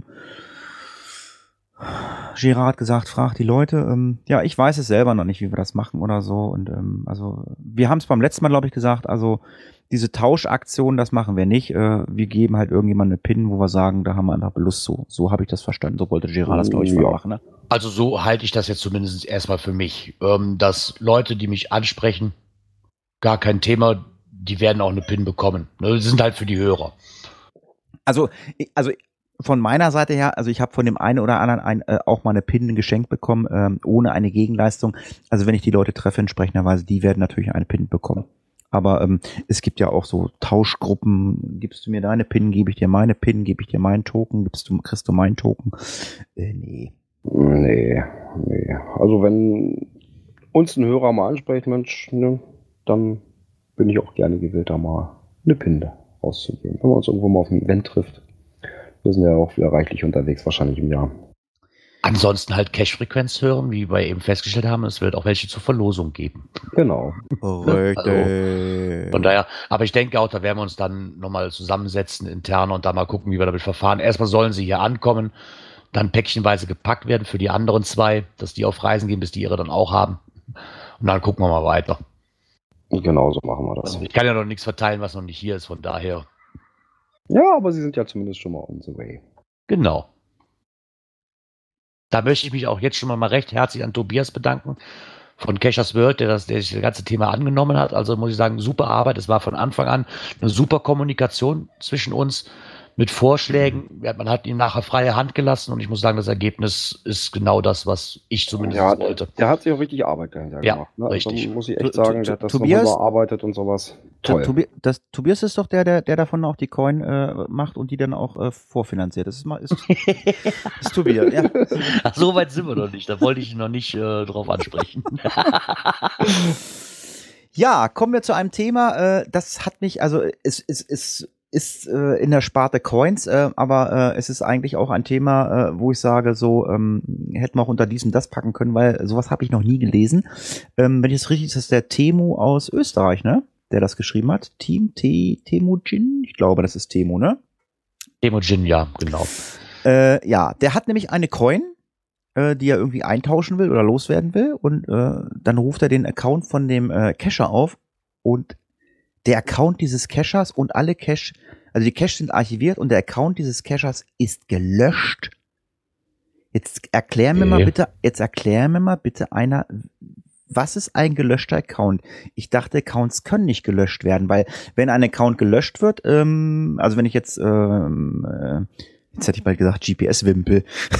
A: Gerard hat gesagt, frag die Leute. Ja, ich weiß es selber noch nicht, wie wir das machen oder so. Und also wir haben es beim letzten Mal, glaube ich, gesagt, also diese Tauschaktion, das machen wir nicht. Wir geben halt irgendjemandem eine PIN, wo wir sagen, da haben wir einfach Lust zu. So habe ich das verstanden. So wollte Gerard das, glaube ich, machen. Ne?
D: Also so halte ich das jetzt zumindest erstmal für mich. Dass Leute, die mich ansprechen, gar kein Thema, die werden auch eine PIN bekommen. Das sind halt für die Hörer.
A: Also von meiner Seite her, also ich habe von dem einen oder anderen auch mal eine PIN geschenkt bekommen, ohne eine Gegenleistung. Also wenn ich die Leute treffe entsprechenderweise, die werden natürlich eine PIN bekommen. Aber es gibt ja auch so Tauschgruppen. Gibst du mir deine PIN, gebe ich dir meine PIN, gebe ich dir meinen Token, kriegst du meinen Token. Nee.
B: Nee. Also wenn uns ein Hörer mal anspricht, Mensch, ne, dann bin ich auch gerne gewillt, da mal eine PIN rauszugeben. Wenn man uns irgendwo mal auf einem Event trifft. Wir sind ja auch wieder reichlich unterwegs, wahrscheinlich im Jahr.
D: Ansonsten halt Cash-Frequenz hören, wie wir eben festgestellt haben. Es wird auch welche zur Verlosung geben.
B: Genau.
A: Richtig.
D: Von daher, aber ich denke auch, da werden wir uns dann nochmal zusammensetzen intern und da mal gucken, wie wir damit verfahren. Erstmal sollen sie hier ankommen, dann päckchenweise gepackt werden für die anderen 2, dass die auf Reisen gehen, bis die ihre dann auch haben. Und dann gucken wir mal weiter.
B: Genau so machen wir das.
D: Also ich kann ja noch nichts verteilen, was noch nicht hier ist, von daher.
B: Ja, aber sie sind ja zumindest schon mal on the way.
D: Genau. Da möchte ich mich auch jetzt schon mal recht herzlich an Tobias bedanken von Cashers World, der sich das ganze Thema angenommen hat. Also muss ich sagen, super Arbeit. Es war von Anfang an eine super Kommunikation zwischen uns mit Vorschlägen. Man hat ihm nachher freie Hand gelassen und ich muss sagen, das Ergebnis ist genau das, was ich zumindest wollte.
B: Der hat sich auch richtig Arbeit dahinter gemacht. Ne?
D: Richtig.
B: Also muss ich echt sagen, der hat das
A: Tobias,
B: noch überarbeitet und sowas. Toll.
A: Tobias ist doch der davon auch die Coin macht und die dann auch vorfinanziert. Das ist Tobias, ja.
D: Ach, so weit sind wir noch nicht. Da wollte ich ihn noch nicht drauf ansprechen.
A: Ja, kommen wir zu einem Thema, das hat mich, also es ist in der Sparte Coins, aber es ist eigentlich auch ein Thema, wo ich sage, so hätten wir auch unter dies und das packen können, weil sowas habe ich noch nie gelesen. Wenn ich es richtig, ist das der Temu aus Österreich, ne? der das geschrieben hat. Temujin? Ich glaube, das ist Temu, ne?
D: Temujin, ja, genau.
A: Ja, der hat nämlich eine Coin, die er irgendwie eintauschen will oder loswerden will. Und dann ruft er den Account von dem Cacher auf. Und der Account dieses Cachers und alle Cache, also die Caches sind archiviert und der Account dieses Cachers ist gelöscht. Jetzt erklär mir mal bitte einer, was ist ein gelöschter Account? Ich dachte, Accounts können nicht gelöscht werden, weil wenn ein Account gelöscht wird, also wenn ich jetzt hätte ich bald gesagt GPS-Wimpel.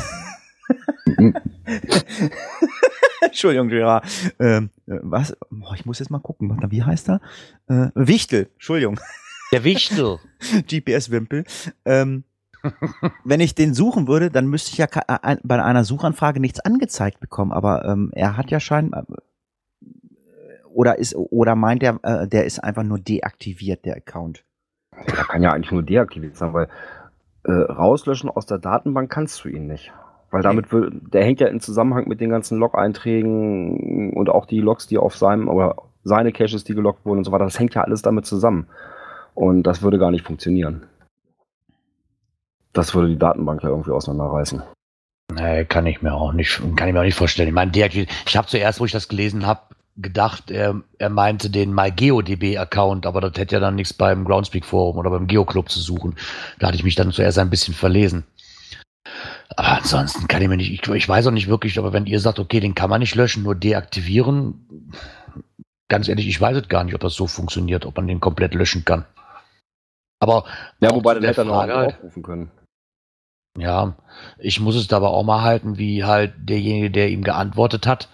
A: Entschuldigung, Gerard. Was? Oh, ich muss jetzt mal gucken. Warte, wie heißt er? Wichtel. Entschuldigung.
D: Der Wichtel.
A: GPS-Wimpel. Wenn ich den suchen würde, dann müsste ich ja bei einer Suchanfrage nichts angezeigt bekommen. Aber er hat ja scheinbar oder meint er, der ist einfach nur deaktiviert, der Account.
B: Der kann ja eigentlich nur deaktiviert sein, weil rauslöschen aus der Datenbank kannst du ihn nicht. Weil damit der hängt ja in Zusammenhang mit den ganzen Log-Einträgen und auch die Logs, die auf seinem oder seine Caches, die geloggt wurden und so weiter, das hängt ja alles damit zusammen. Und das würde gar nicht funktionieren. Das würde die Datenbank ja irgendwie auseinanderreißen.
D: Nee, kann ich mir auch nicht vorstellen. Ich meine, ich habe zuerst, wo ich das gelesen habe, gedacht, er meinte den MyGeoDB-Account, aber das hätte ja dann nichts beim Groundspeak-Forum oder beim Geoclub zu suchen. Da hatte ich mich dann zuerst ein bisschen verlesen. Aber ansonsten kann ich mir nicht, ich weiß auch nicht wirklich, aber wenn ihr sagt, okay, den kann man nicht löschen, nur deaktivieren, ganz ehrlich, ich weiß es gar nicht, ob das so funktioniert, ob man den komplett löschen kann. Aber
B: ja, wobei der
D: hätte
B: hätte noch aufrufen können.
D: Ja, ich muss es dabei auch mal halten, wie halt derjenige, der ihm geantwortet hat.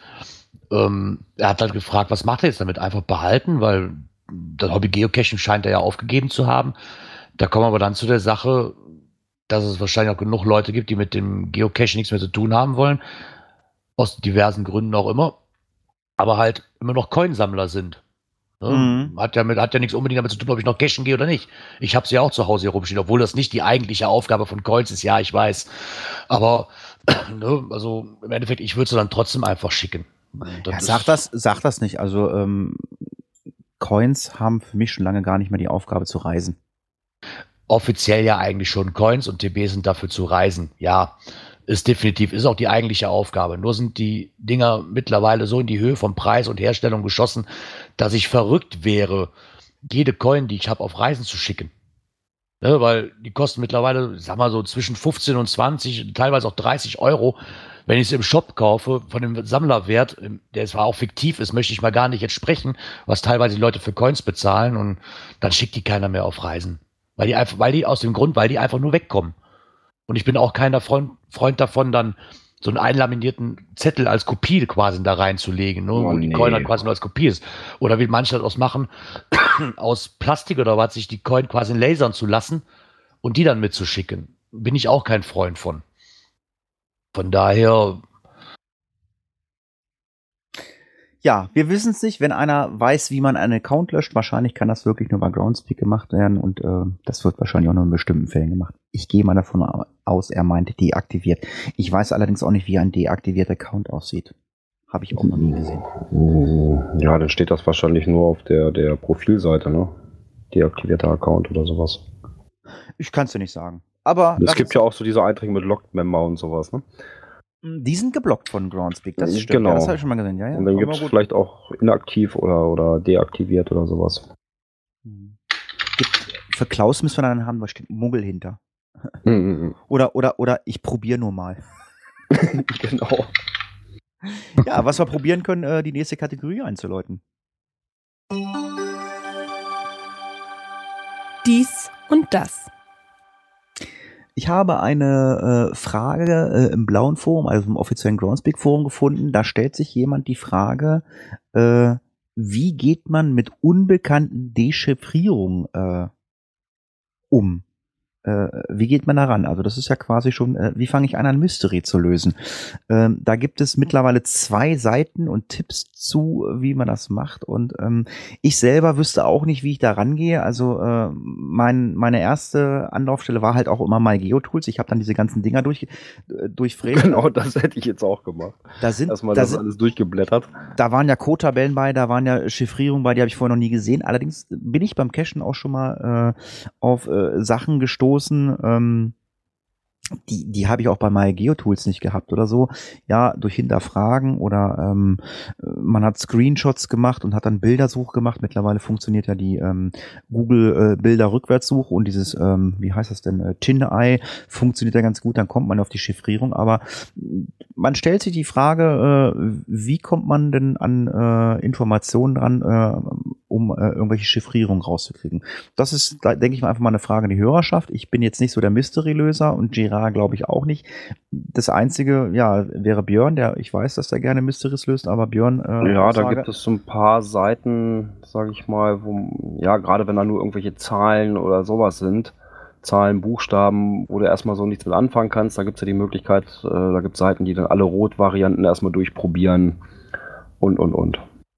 D: Er hat halt gefragt, was macht er jetzt damit? Einfach behalten, weil das Hobby Geocaching scheint er ja aufgegeben zu haben. Da kommen wir aber dann zu der Sache, dass es wahrscheinlich auch genug Leute gibt, die mit dem Geocaching nichts mehr zu tun haben wollen. Aus diversen Gründen auch immer. Aber halt immer noch Coinsammler sind.
A: Mhm.
D: Hat ja nichts unbedingt damit zu tun, ob ich noch cashen gehe oder nicht. Ich habe sie ja auch zu Hause hier rumstehen, obwohl das nicht die eigentliche Aufgabe von Coins ist. Ja, ich weiß. Aber ne, also im Endeffekt, ich würde sie dann trotzdem einfach schicken.
A: Ja, sag das nicht. Also Coins haben für mich schon lange gar nicht mehr die Aufgabe zu reisen.
D: Offiziell ja eigentlich schon. Coins und TB sind dafür zu reisen. Ja, ist auch die eigentliche Aufgabe. Nur sind die Dinger mittlerweile so in die Höhe vom Preis und Herstellung geschossen, dass ich verrückt wäre, jede Coin, die ich habe, auf Reisen zu schicken. Ne, weil die kosten mittlerweile, sag mal so, zwischen 15 und 20, teilweise auch 30 Euro. Wenn ich es im Shop kaufe, von dem Sammlerwert, der zwar auch fiktiv ist, möchte ich mal gar nicht jetzt sprechen, was teilweise die Leute für Coins bezahlen, und dann schickt die keiner mehr auf Reisen. Weil die einfach nur wegkommen. Und ich bin auch keiner Freund davon, dann so einen einlaminierten Zettel als Kopie quasi da reinzulegen, ne, wo die Coin dann quasi nur als Kopie ist. Oder wie manche das machen, aus Plastik oder was, sich die Coin quasi lasern zu lassen und die dann mitzuschicken. Bin ich auch kein Freund von. Von daher.
A: Ja, wir wissen es nicht. Wenn einer weiß, wie man einen Account löscht, wahrscheinlich kann das wirklich nur bei Groundspeak gemacht werden, und das wird wahrscheinlich auch nur in bestimmten Fällen gemacht. Ich gehe mal davon aus, er meinte deaktiviert. Ich weiß allerdings auch nicht, wie ein deaktivierter Account aussieht. Habe ich auch noch nie gesehen.
B: Ja, dann steht das wahrscheinlich nur auf der Profilseite, ne? Deaktivierter Account oder sowas.
A: Ich kann es dir nicht sagen. Aber
B: es gibt ja auch so diese Einträge mit Locked Member und sowas, ne?
A: Die sind geblockt von Groundspeak, das stimmt.
B: Genau.
A: Ja, das habe ich schon mal gesehen. Ja, ja.
B: Und dann gibt es vielleicht auch inaktiv oder deaktiviert oder sowas.
A: Für Klaus müssen wir dann haben, da steht Muggel hinter. Oder ich probiere nur mal.
B: Genau.
A: Ja, was wir probieren können, die nächste Kategorie einzuläuten.
G: Dies und das.
A: Ich habe eine Frage im blauen Forum, also im offiziellen Groundspeak Forum gefunden. Da stellt sich jemand die Frage, wie geht man mit unbekannten Dechiffrierungen um? wie geht man da ran? Also das ist ja quasi schon, wie fange ich an, ein Mystery zu lösen? Da gibt es mittlerweile 2 Seiten und Tipps zu, wie man das macht. Und ich selber wüsste auch nicht, wie ich da rangehe. Also meine erste Anlaufstelle war halt auch immer MyGeoTools. Ich habe dann diese ganzen Dinger durchfräst.
B: Genau, das hätte ich jetzt auch gemacht. Erstmal das alles durchgeblättert.
A: Da waren ja Code-Tabellen bei, da waren ja Chiffrierungen bei, die habe ich vorher noch nie gesehen. Allerdings bin ich beim Cachen auch schon mal auf Sachen gestoßen, die habe ich auch bei MyGeoTools nicht gehabt oder so. Ja, durch Hinterfragen oder man hat Screenshots gemacht und hat dann Bildersuche gemacht. Mittlerweile funktioniert ja die Google Bilder-Rückwärtssuche und dieses, wie heißt das denn, TinEye funktioniert ja ganz gut, dann kommt man auf die Chiffrierung. Aber man stellt sich die Frage, wie kommt man denn an Informationen dran, um irgendwelche Chiffrierungen rauszukriegen. Das ist, da denke ich mal, einfach mal eine Frage an die Hörerschaft. Ich bin jetzt nicht so der Mystery-Löser und Gerard glaube ich auch nicht. Das Einzige, ja, wäre Björn, ich weiß, dass der gerne Mysteries löst, aber Björn...
B: ja, da gibt es so ein paar Seiten, sage ich mal, wo, ja, gerade wenn da nur irgendwelche Zahlen oder sowas sind, Zahlen, Buchstaben, wo du erstmal so nichts mit anfangen kannst, da gibt es ja die Möglichkeit, da gibt es Seiten, die dann alle Rot-Varianten erstmal durchprobieren und.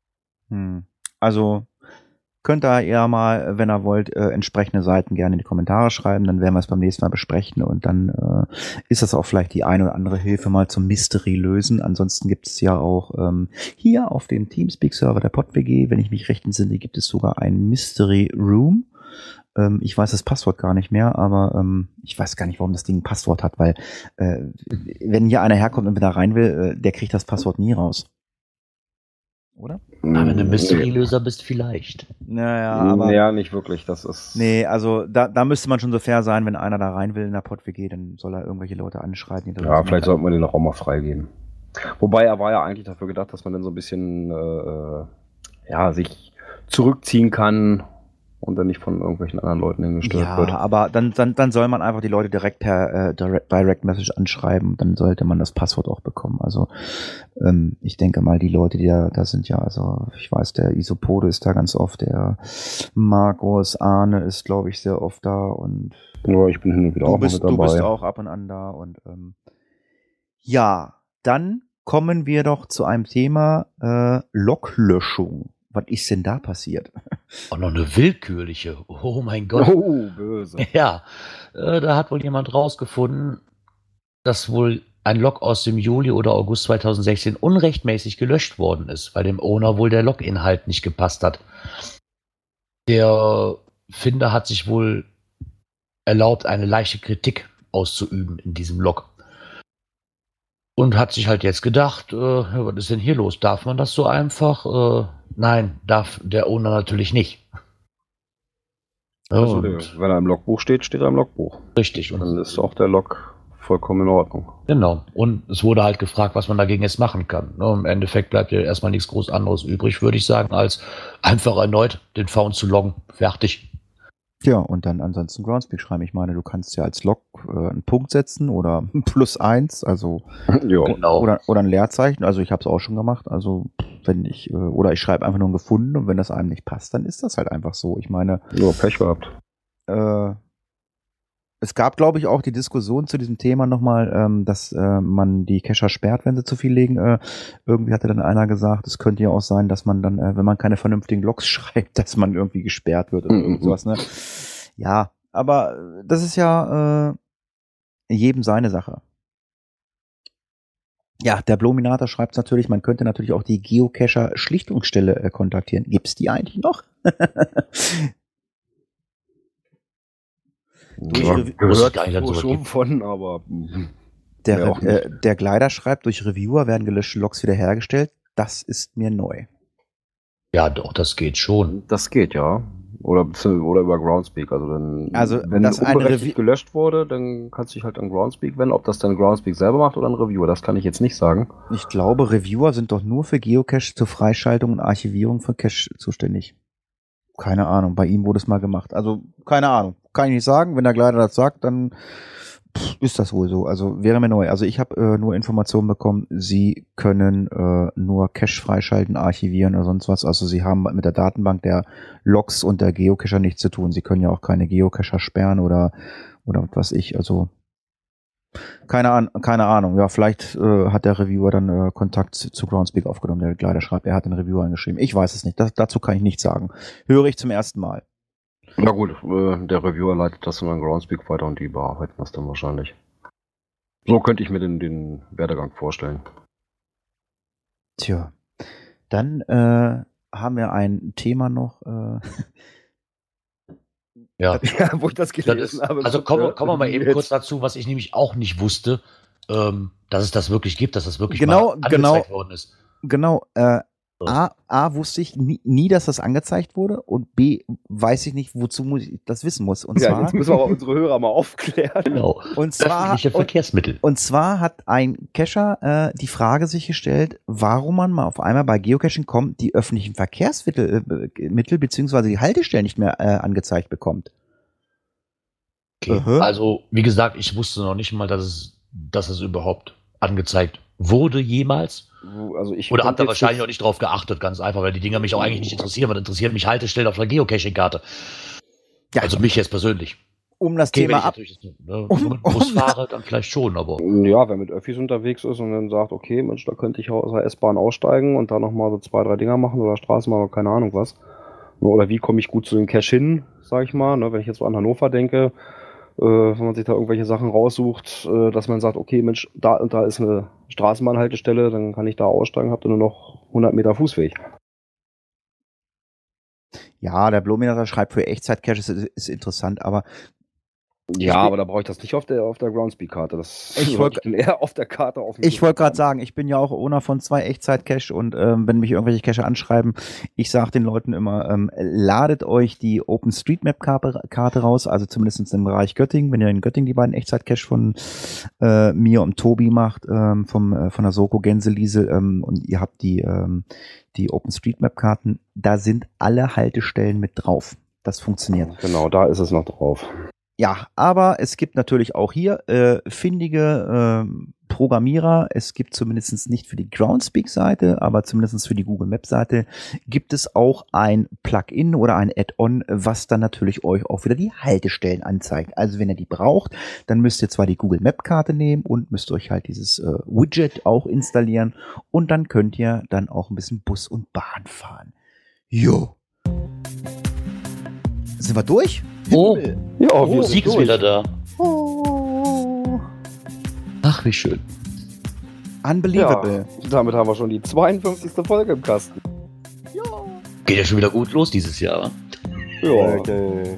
A: Also könnt ihr eher mal, wenn ihr wollt, entsprechende Seiten gerne in die Kommentare schreiben, dann werden wir es beim nächsten Mal besprechen und dann ist das auch vielleicht die eine oder andere Hilfe mal zum Mystery lösen. Ansonsten gibt es ja auch hier auf dem Teamspeak-Server der PodWG, wenn ich mich recht entsinne, gibt es sogar ein Mystery Room. Ich weiß das Passwort gar nicht mehr, aber ich weiß gar nicht, warum das Ding ein Passwort hat, weil wenn hier einer herkommt und wieder rein will, der kriegt das Passwort nie raus. Oder?
D: Aber wenn du Mystery-Löser bist, vielleicht.
A: Naja, aber...
B: Ja, nicht wirklich, das ist...
A: Nee, also da müsste man schon so fair sein, wenn einer da rein will in der PodWG, dann soll er irgendwelche Leute anschreiben.
B: Ja, vielleicht sollte man den auch mal freigeben. Wobei, er war ja eigentlich dafür gedacht, dass man dann so ein bisschen sich zurückziehen kann und dann nicht von irgendwelchen anderen Leuten hingestört wird.
A: Ja, aber dann soll man einfach die Leute direkt per Direct Message anschreiben, dann sollte man das Passwort auch bekommen. Also ich denke mal, die Leute, die da sind, ja, also ich weiß, der Isopode ist da ganz oft, der Markus, Arne ist, glaube ich, sehr oft da und
B: ja, ich bin hin und wieder auch mit dabei.
A: Du bist auch ab und an da und ja, dann kommen wir doch zu einem Thema Loglöschung. Was ist denn da passiert?
D: Auch noch eine willkürliche. Oh mein Gott.
B: Oh, böse.
D: Ja, da hat wohl jemand rausgefunden, dass wohl ein Log aus dem Juli oder August 2016 unrechtmäßig gelöscht worden ist, weil dem Owner wohl der Log-Inhalt nicht gepasst hat. Der Finder hat sich wohl erlaubt, eine leichte Kritik auszuüben in diesem Log. Und hat sich halt jetzt gedacht, was ist denn hier los? Darf man das so einfach? Nein, darf der Owner natürlich nicht.
B: Also, wenn er im Logbuch steht, steht er im Logbuch.
D: Richtig.
B: Und dann ist auch der Log vollkommen in Ordnung.
D: Genau. Und es wurde halt gefragt, was man dagegen jetzt machen kann. Im Endeffekt bleibt ja erstmal nichts groß anderes übrig, würde ich sagen, als einfach erneut den Found zu loggen. Fertig.
A: Ja, und dann ansonsten Groundspeak schreiben. Ich meine, du kannst ja als Log einen Punkt setzen oder +1, also
B: ja.
D: Genau.
A: oder ein Leerzeichen. Also ich habe es auch schon gemacht. Also wenn ich oder ich schreibe einfach nur gefunden und wenn das einem nicht passt, dann ist das halt einfach so. Ich meine,
B: Nur Pech gehabt.
A: Es gab, glaube ich, auch die Diskussion zu diesem Thema nochmal, dass man die Cacher sperrt, wenn sie zu viel legen. Irgendwie hatte dann einer gesagt, es könnte ja auch sein, dass man dann, wenn man keine vernünftigen Logs schreibt, dass man irgendwie gesperrt wird oder irgend sowas. Ne? Ja, aber das ist ja jedem seine Sache. Ja, der Blominator schreibt natürlich, man könnte natürlich auch die Geocacher-Schlichtungsstelle kontaktieren. Gibt's die eigentlich noch?
B: Gehört schon von, aber
A: der Gleiter schreibt, durch Reviewer werden gelöschte Logs wiederhergestellt. Das ist mir neu.
D: Ja, doch, das geht schon.
B: Das geht, ja. Oder über Groundspeak. wenn
A: das
B: unberechtigt gelöscht wurde, dann kannst du dich halt an Groundspeak wenden. Ob das dann Groundspeak selber macht oder ein Reviewer, das kann ich jetzt nicht sagen.
A: Ich glaube, Reviewer sind doch nur für Geocache zur Freischaltung und Archivierung von Cache zuständig. Keine Ahnung, bei ihm wurde es mal gemacht. Also, keine Ahnung. Kann ich nicht sagen. Wenn der Gleiter das sagt, dann ist das wohl so. Also, wäre mir neu. Also, ich habe nur Informationen bekommen, sie können nur Cache freischalten, archivieren oder sonst was. Also, sie haben mit der Datenbank der Logs und der Geocacher nichts zu tun. Sie können ja auch keine Geocacher sperren oder Oder was weiß ich, also keine Ahnung. Ja, vielleicht hat der Reviewer dann Kontakt zu Groundspeak aufgenommen, der leider schreibt, er hat den Reviewer angeschrieben. Ich weiß es nicht, dazu kann ich nichts sagen. Höre ich zum ersten Mal.
B: Na gut, der Reviewer leitet das dann an Groundspeak weiter und die bearbeiten das dann wahrscheinlich. So könnte ich mir den Werdegang vorstellen.
A: Tja, dann haben wir ein Thema noch.
D: Ja.
B: Ja, wo ich das gelesen habe.
D: Also kommen wir mal eben kurz dazu, was ich nämlich auch nicht wusste, dass es das wirklich gibt, dass das wirklich mal angezeigt worden ist.
A: Genau. A wusste ich nie, dass das angezeigt wurde, und B weiß ich nicht, wozu ich das wissen muss. Und zwar,
B: jetzt müssen wir aber unsere Hörer mal aufklären.
D: Genau.
A: Und zwar,
D: öffentliche Verkehrsmittel.
A: Und zwar hat ein Cacher die Frage sich gestellt, warum man mal auf einmal bei Geocaching.com die öffentlichen Verkehrsmittel bzw. die Haltestellen nicht mehr angezeigt bekommt.
D: Okay. Also, wie gesagt, ich wusste noch nicht mal, dass es überhaupt angezeigt wurde jemals.
B: Also
D: Oder habt ihr wahrscheinlich auch nicht drauf geachtet, ganz einfach, weil die Dinger mich auch eigentlich nicht interessieren, weil interessiert mich Haltestellen auf der Geocaching-Karte. Ja. Also mich jetzt persönlich.
A: Um das Thema ab...
D: Wenn ich mit Bus fahre, dann vielleicht schon, aber...
B: Ja, wer mit Öffis unterwegs ist und dann sagt, okay, Mensch, da könnte ich aus der S-Bahn aussteigen und da nochmal so 2, 3 Dinger machen oder Straßenbahn oder keine Ahnung was. Oder wie komme ich gut zu dem Cache hin, sag ich mal, ne, wenn ich jetzt so an Hannover denke, wenn man sich da irgendwelche Sachen raussucht, dass man sagt, okay, Mensch, da und da ist eine Straßenbahnhaltestelle, dann kann ich da aussteigen, habt ihr nur noch 100 Meter Fußweg.
A: Ja, der Blominator schreibt für Echtzeit-Caches ist interessant, aber
B: ja, aber da brauche ich das nicht auf der Groundspeak-Karte. Ich wollte eher auf der Karte auf dem.
A: Ich wollte gerade sagen, ich bin ja auch Owner von 2 Echtzeit-Cache und wenn mich irgendwelche Cache anschreiben, ich sage den Leuten immer, ladet euch die OpenStreetMap-Karte raus, also zumindest im Bereich Göttingen, wenn ihr in Göttingen die beiden Echtzeit-Cache von mir und Tobi macht, von der Soko Gänseliesel, und ihr habt die OpenStreetMap-Karten, da sind alle Haltestellen mit drauf. Das funktioniert.
B: Genau, da ist es noch drauf.
A: Ja, aber es gibt natürlich auch hier findige Programmierer. Es gibt zumindest nicht für die Groundspeak-Seite, aber zumindest für die Google Maps-Seite gibt es auch ein Plugin oder ein Add-on, was dann natürlich euch auch wieder die Haltestellen anzeigt. Also wenn ihr die braucht, dann müsst ihr zwar die Google Map-Karte nehmen und müsst euch halt dieses Widget auch installieren und dann könnt ihr dann auch ein bisschen Bus und Bahn fahren. Jo. Sind wir durch?
D: Oh,
B: ja,
D: Musik ist wieder da. Oh. Ach, wie schön.
A: Unbelievable.
B: Ja, damit haben wir schon die 52. Folge im Kasten.
D: Ja. Geht ja schon wieder gut los dieses Jahr.
B: Ja. Okay.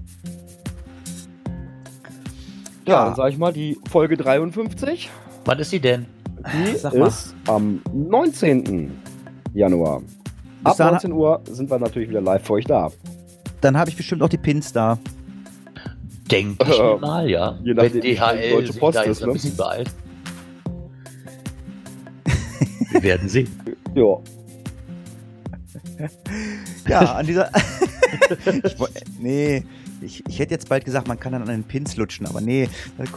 B: Ja, dann sag ich mal, die Folge 53.
D: Wann ist sie denn?
B: Die ist am 19. Januar. Ab 19 Uhr sind wir natürlich wieder live für euch da.
A: Dann habe ich bestimmt auch die Pins da.
D: Denke ich mir mal, ja.
B: Je nachdem,
D: wenn DHL
B: Deutsche
D: sich
B: Post
D: da
B: ist,
D: jetzt
B: ne?
D: ein bisschen beeilt. Wir werden sehen.
B: Ja.
A: Ja, an dieser... Ich hätte jetzt bald gesagt, man kann dann an den Pins lutschen, aber nee.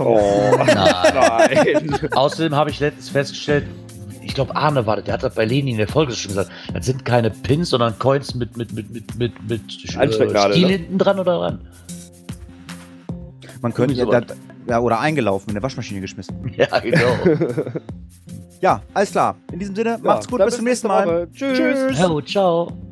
D: Nein. Außerdem habe ich letztens festgestellt, ich glaube Arne war das, der hat das bei Leni in der Folge schon gesagt, das sind keine Pins, sondern Coins mit Stiel hinten dran oder dran.
A: Man könnte oder eingelaufen, in der Waschmaschine geschmissen.
D: Ja, genau.
A: Ja, alles klar. In diesem Sinne, macht's gut, bis zum nächsten Mal.
B: Tschüss.
D: Ciao, ciao.